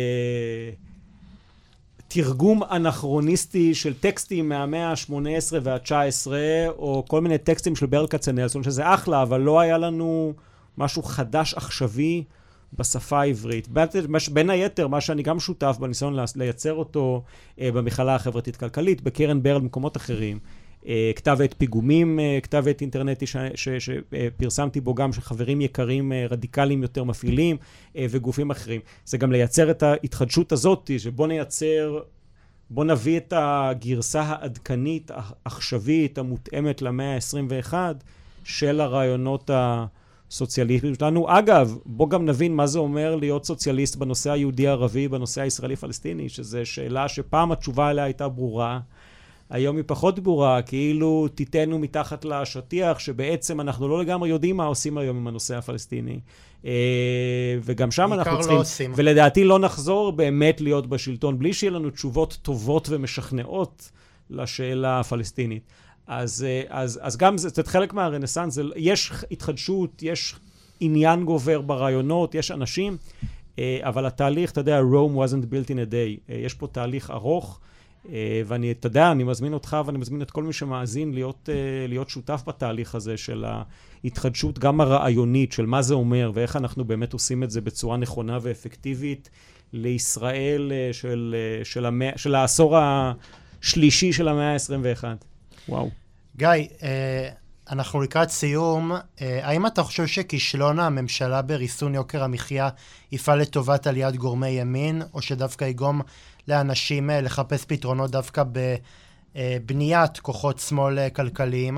תרגום אנכרוניסטי של טקסטים מהמאה ה-18 וה-19, או כל מיני טקסטים של ברל כצנלסון, שזה אחלה, אבל לא היה לנו משהו חדש עכשווי בשפה העברית. בין היתר, מה שאני גם שותף בניסיון לייצר אותו במכללה החברתית-כלכלית, בקרן ברל, במקומות אחרים. כתב עת פיגומים, כתב עת אינטרנטי שפרסמתי בו גם שחברים יקרים רדיקליים יותר מפעילים וגופים אחרים. זה גם לייצר את ההתחדשות הזאת, בוא נביא את הגרסה העדכנית, העכשווית, המותאמת למאה ה-21 של הרעיונות הסוציאליסטיים שלנו. אגב, בוא גם נבין מה זה אומר להיות סוציאליסט בנושא היהודי-ערבי, בנושא הישראלי-פלסטיני, שזו שאלה שפעם התשובה אליה הייתה ברורה, היום היא פחות ברורה, כאילו תיתנו מתחת לשטיח, שבעצם אנחנו לא לגמרי יודעים מה עושים היום עם הנושא הפלסטיני. וגם שם אנחנו צריכים, ולדעתי לא נחזור באמת להיות בשלטון, בלי שיהיה לנו תשובות טובות ומשכנעות לשאלה הפלסטינית. אז גם זה חלק מהרנסנס, יש התחדשות, יש עניין גובר ברעיונות, יש אנשים, אבל התהליך, אתה יודע, Rome wasn't built in a day. יש פה תהליך ארוך, ואני, אתה יודע, אני מזמין אותך ואני מזמין את כל מי שמאזין להיות שותף בתהליך הזה של ההתחדשות, גם הרעיונית של מה זה אומר ואיך אנחנו באמת עושים את זה בצורה נכונה ואפקטיבית לישראל של העשור השלישי של המאה ה-21. וואו. גיא, אנחנו לקראת סיום. האם אתה חושב שכישלון הממשלה בריסון יוקר המחיה יפעל לטובת עליית גורמי ימין, או שדווקא יגרום לאנשים לחפש פתרונות דווקא בבניית כוחות שמאל כלכליים?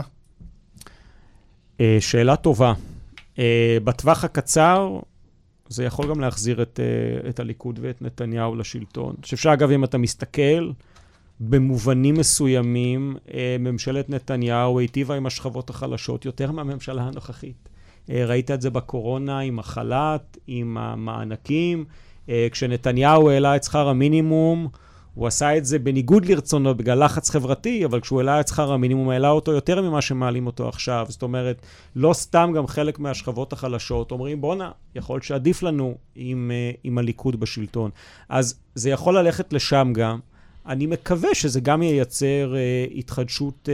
שאלה טובה. בטווח הקצר, זה יכול גם להחזיר את הליכוד ואת נתניהו לשלטון. אני חושב שאגב, אם אתה מסתכל, במובנים מסוימים, ממשלת נתניהו היטיבה עם השכבות החלשות יותר מהממשלה הנוכחית. ראית את זה בקורונה עם החל"ת, עם המענקים. כשנתניהו העלה את שכר המינימום, הוא עשה את זה בניגוד לרצונו, בגלל לחץ חברתי, אבל כשהוא העלה את שכר המינימום, העלה אותו יותר ממה שמעלים אותו עכשיו. זאת אומרת, לא סתם גם חלק מהשכבות החלשות אומרים, בונה, יכול להיות שעדיף לנו עם הליכוד בשלטון. אז זה יכול ללכת לשם גם. אני מקווה שזה גם ייצר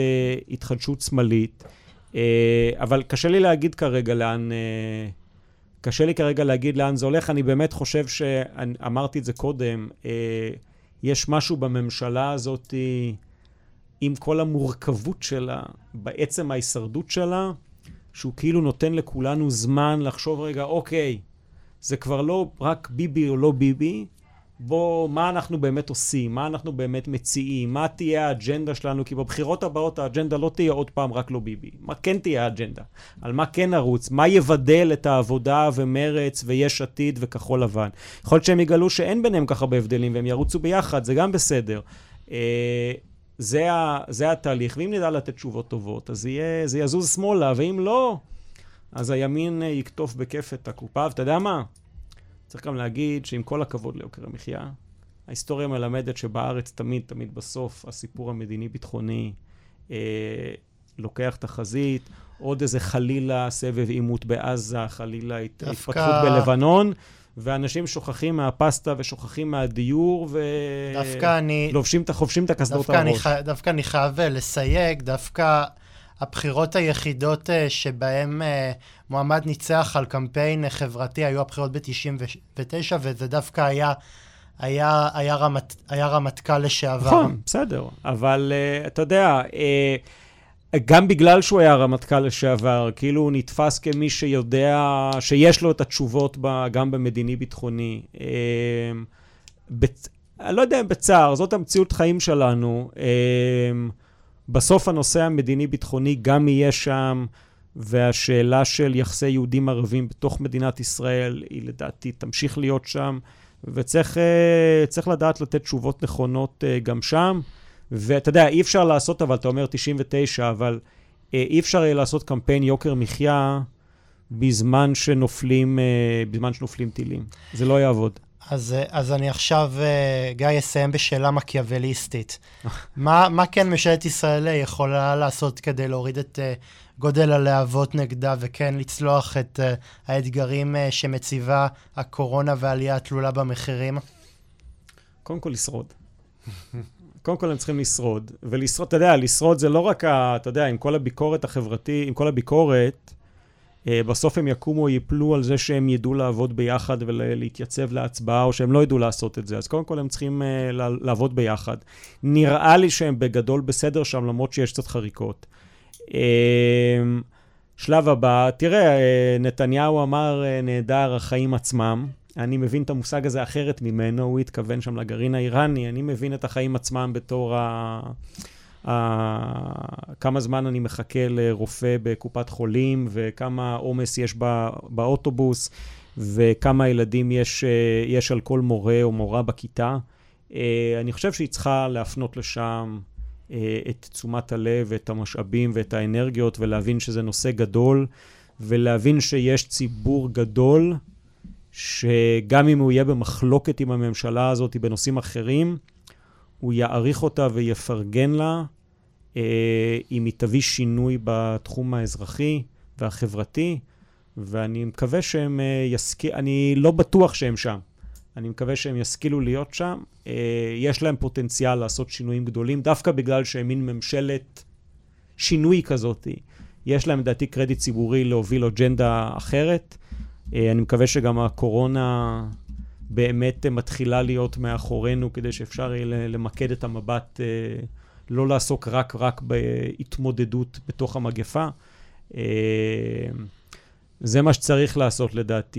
התחדשות שמאלית, אבל קשה לי להגיד כרגע קשה לי כרגע להגיד לאן זה הולך. אני באמת חושב אמרתי את זה קודם, יש משהו בממשלה הזאת, עם כל המורכבות שלה, בעצם ההישרדות שלה, שהוא כאילו נותן לכולנו זמן לחשוב רגע, אוקיי, זה כבר לא רק ביבי או לא ביבי, בוא, מה אנחנו באמת עושים, מה אנחנו באמת מציעים, מה תהיה האג'נדה שלנו, כי בבחירות הבאות האג'נדה לא תהיה עוד פעם רק לא ביבי. מה כן תהיה האג'נדה? על מה כן נרוץ? מה יבדל את העבודה ומרץ ויש עתיד וכחול לבן? יכול להיות שהם יגלו שאין ביניהם ככה בהבדלים והם ירוצו ביחד, זה גם בסדר. זה התהליך, ואם נדע לתת תשובות טובות, אז זה יזוז שמאלה, ואם לא, אז הימין יקטוף בכיף את הקופה, ואתה יודע מה? צריך גם להגיד שעם כל הכבוד ליוקר המחיה, ההיסטוריה מלמדת שבארץ תמיד בסוף הסיפור המדיני-ביטחוני לוקח את החזית, עוד איזה חלילה סבב עימות בעזה, חלילה התפתחות בלבנון, ואנשים שוכחים מהפסטה ושוכחים מהדיור, חובשים את הקסדות הראש. דווקא אני חייב לסייג, דווקא הבחירות היחידות שבהן מועמד ניצח על קמפיין חברתי היו הבחירות ב-99, וזה דווקא היה רמטכ"ל לשעבר. נכון, בסדר. אבל אתה יודע, גם בגלל שהוא היה רמטכ"ל לשעבר, כאילו הוא נתפס כמי שיודע, שיש לו את התשובות גם במדיני-ביטחוני. אני לא יודע אם בצער, זאת המציאות חיים שלנו. בסוף הנושא המדיני-ביטחוני גם יהיה שם, והשאלה של יחסי יהודים ערבים בתוך מדינת ישראל, היא לדעתי תמשיך להיות שם, וצריך לדעת לתת תשובות נכונות גם שם. ואתה יודע, אי אפשר לעשות, אבל אתה אומר 99, אבל אי אפשר לעשות קמפיין יוקר מחיה בזמן שנופלים טילים. זה לא יעבוד. אז אני עכשיו, גיא, אסיים בשאלה מקיאווליסטית. מה כן ממשלת ישראל יכולה לעשות כדי להוריד את גודל הלהבות נגדה, וכן לצלוח את האתגרים שמציבה הקורונה והעלייה התלולה במחירים? קודם כל לשרוד. קודם כל הם צריכים לשרוד. ולשרוד, אתה יודע, לשרוד זה לא רק, אתה יודע, עם כל הביקורת החברתית, עם כל הביקורת, בסוף הם יקומו או ייפלו על זה שהם ידעו לעבוד ביחד ולהתייצב להצבעה, או שהם לא ידעו לעשות את זה. אז קודם כל הם צריכים לעבוד ביחד. נראה לי שהם בגדול בסדר שם, למרות שיש קצת חריקות. שלב הבא, תראה, נתניהו אמר נהדר החיים עצמם. אני מבין את המושג הזה אחרת ממנו, הוא התכוון שם לגרעין האיראני, אני מבין את החיים עצמם בתור כמה זמן אני מחכה לרופא בקופת חולים, וכמה עומס יש באוטובוס, וכמה ילדים יש על כל מורה או מורה בכיתה. אני חושב שהיא צריכה להפנות לשם את תשומת הלב, את המשאבים ואת האנרגיות, ולהבין שזה נושא גדול, ולהבין שיש ציבור גדול, שגם אם הוא יהיה במחלוקת עם הממשלה הזאת בנושאים אחרים, הוא יעריך אותה ויפרגן לה, אם היא תביא שינוי בתחום האזרחי והחברתי, ואני מקווה שהם אני לא בטוח שהם שם. אני מקווה שהם ישכילו להיות שם. יש להם פוטנציאל לעשות שינויים גדולים, דווקא בגלל שהם מין ממשלת שינוי כזאת. יש להם, דעתי, קרדיט ציבורי להוביל אג'נדה אחרת. אני מקווה שגם הקורונה באמת מתחילה להיות מאחורינו, כדי שאפשר למקד את המבט, לא לעסוק רק בהתמודדות בתוך המגפה. זה מה שצריך לעשות לדעתי.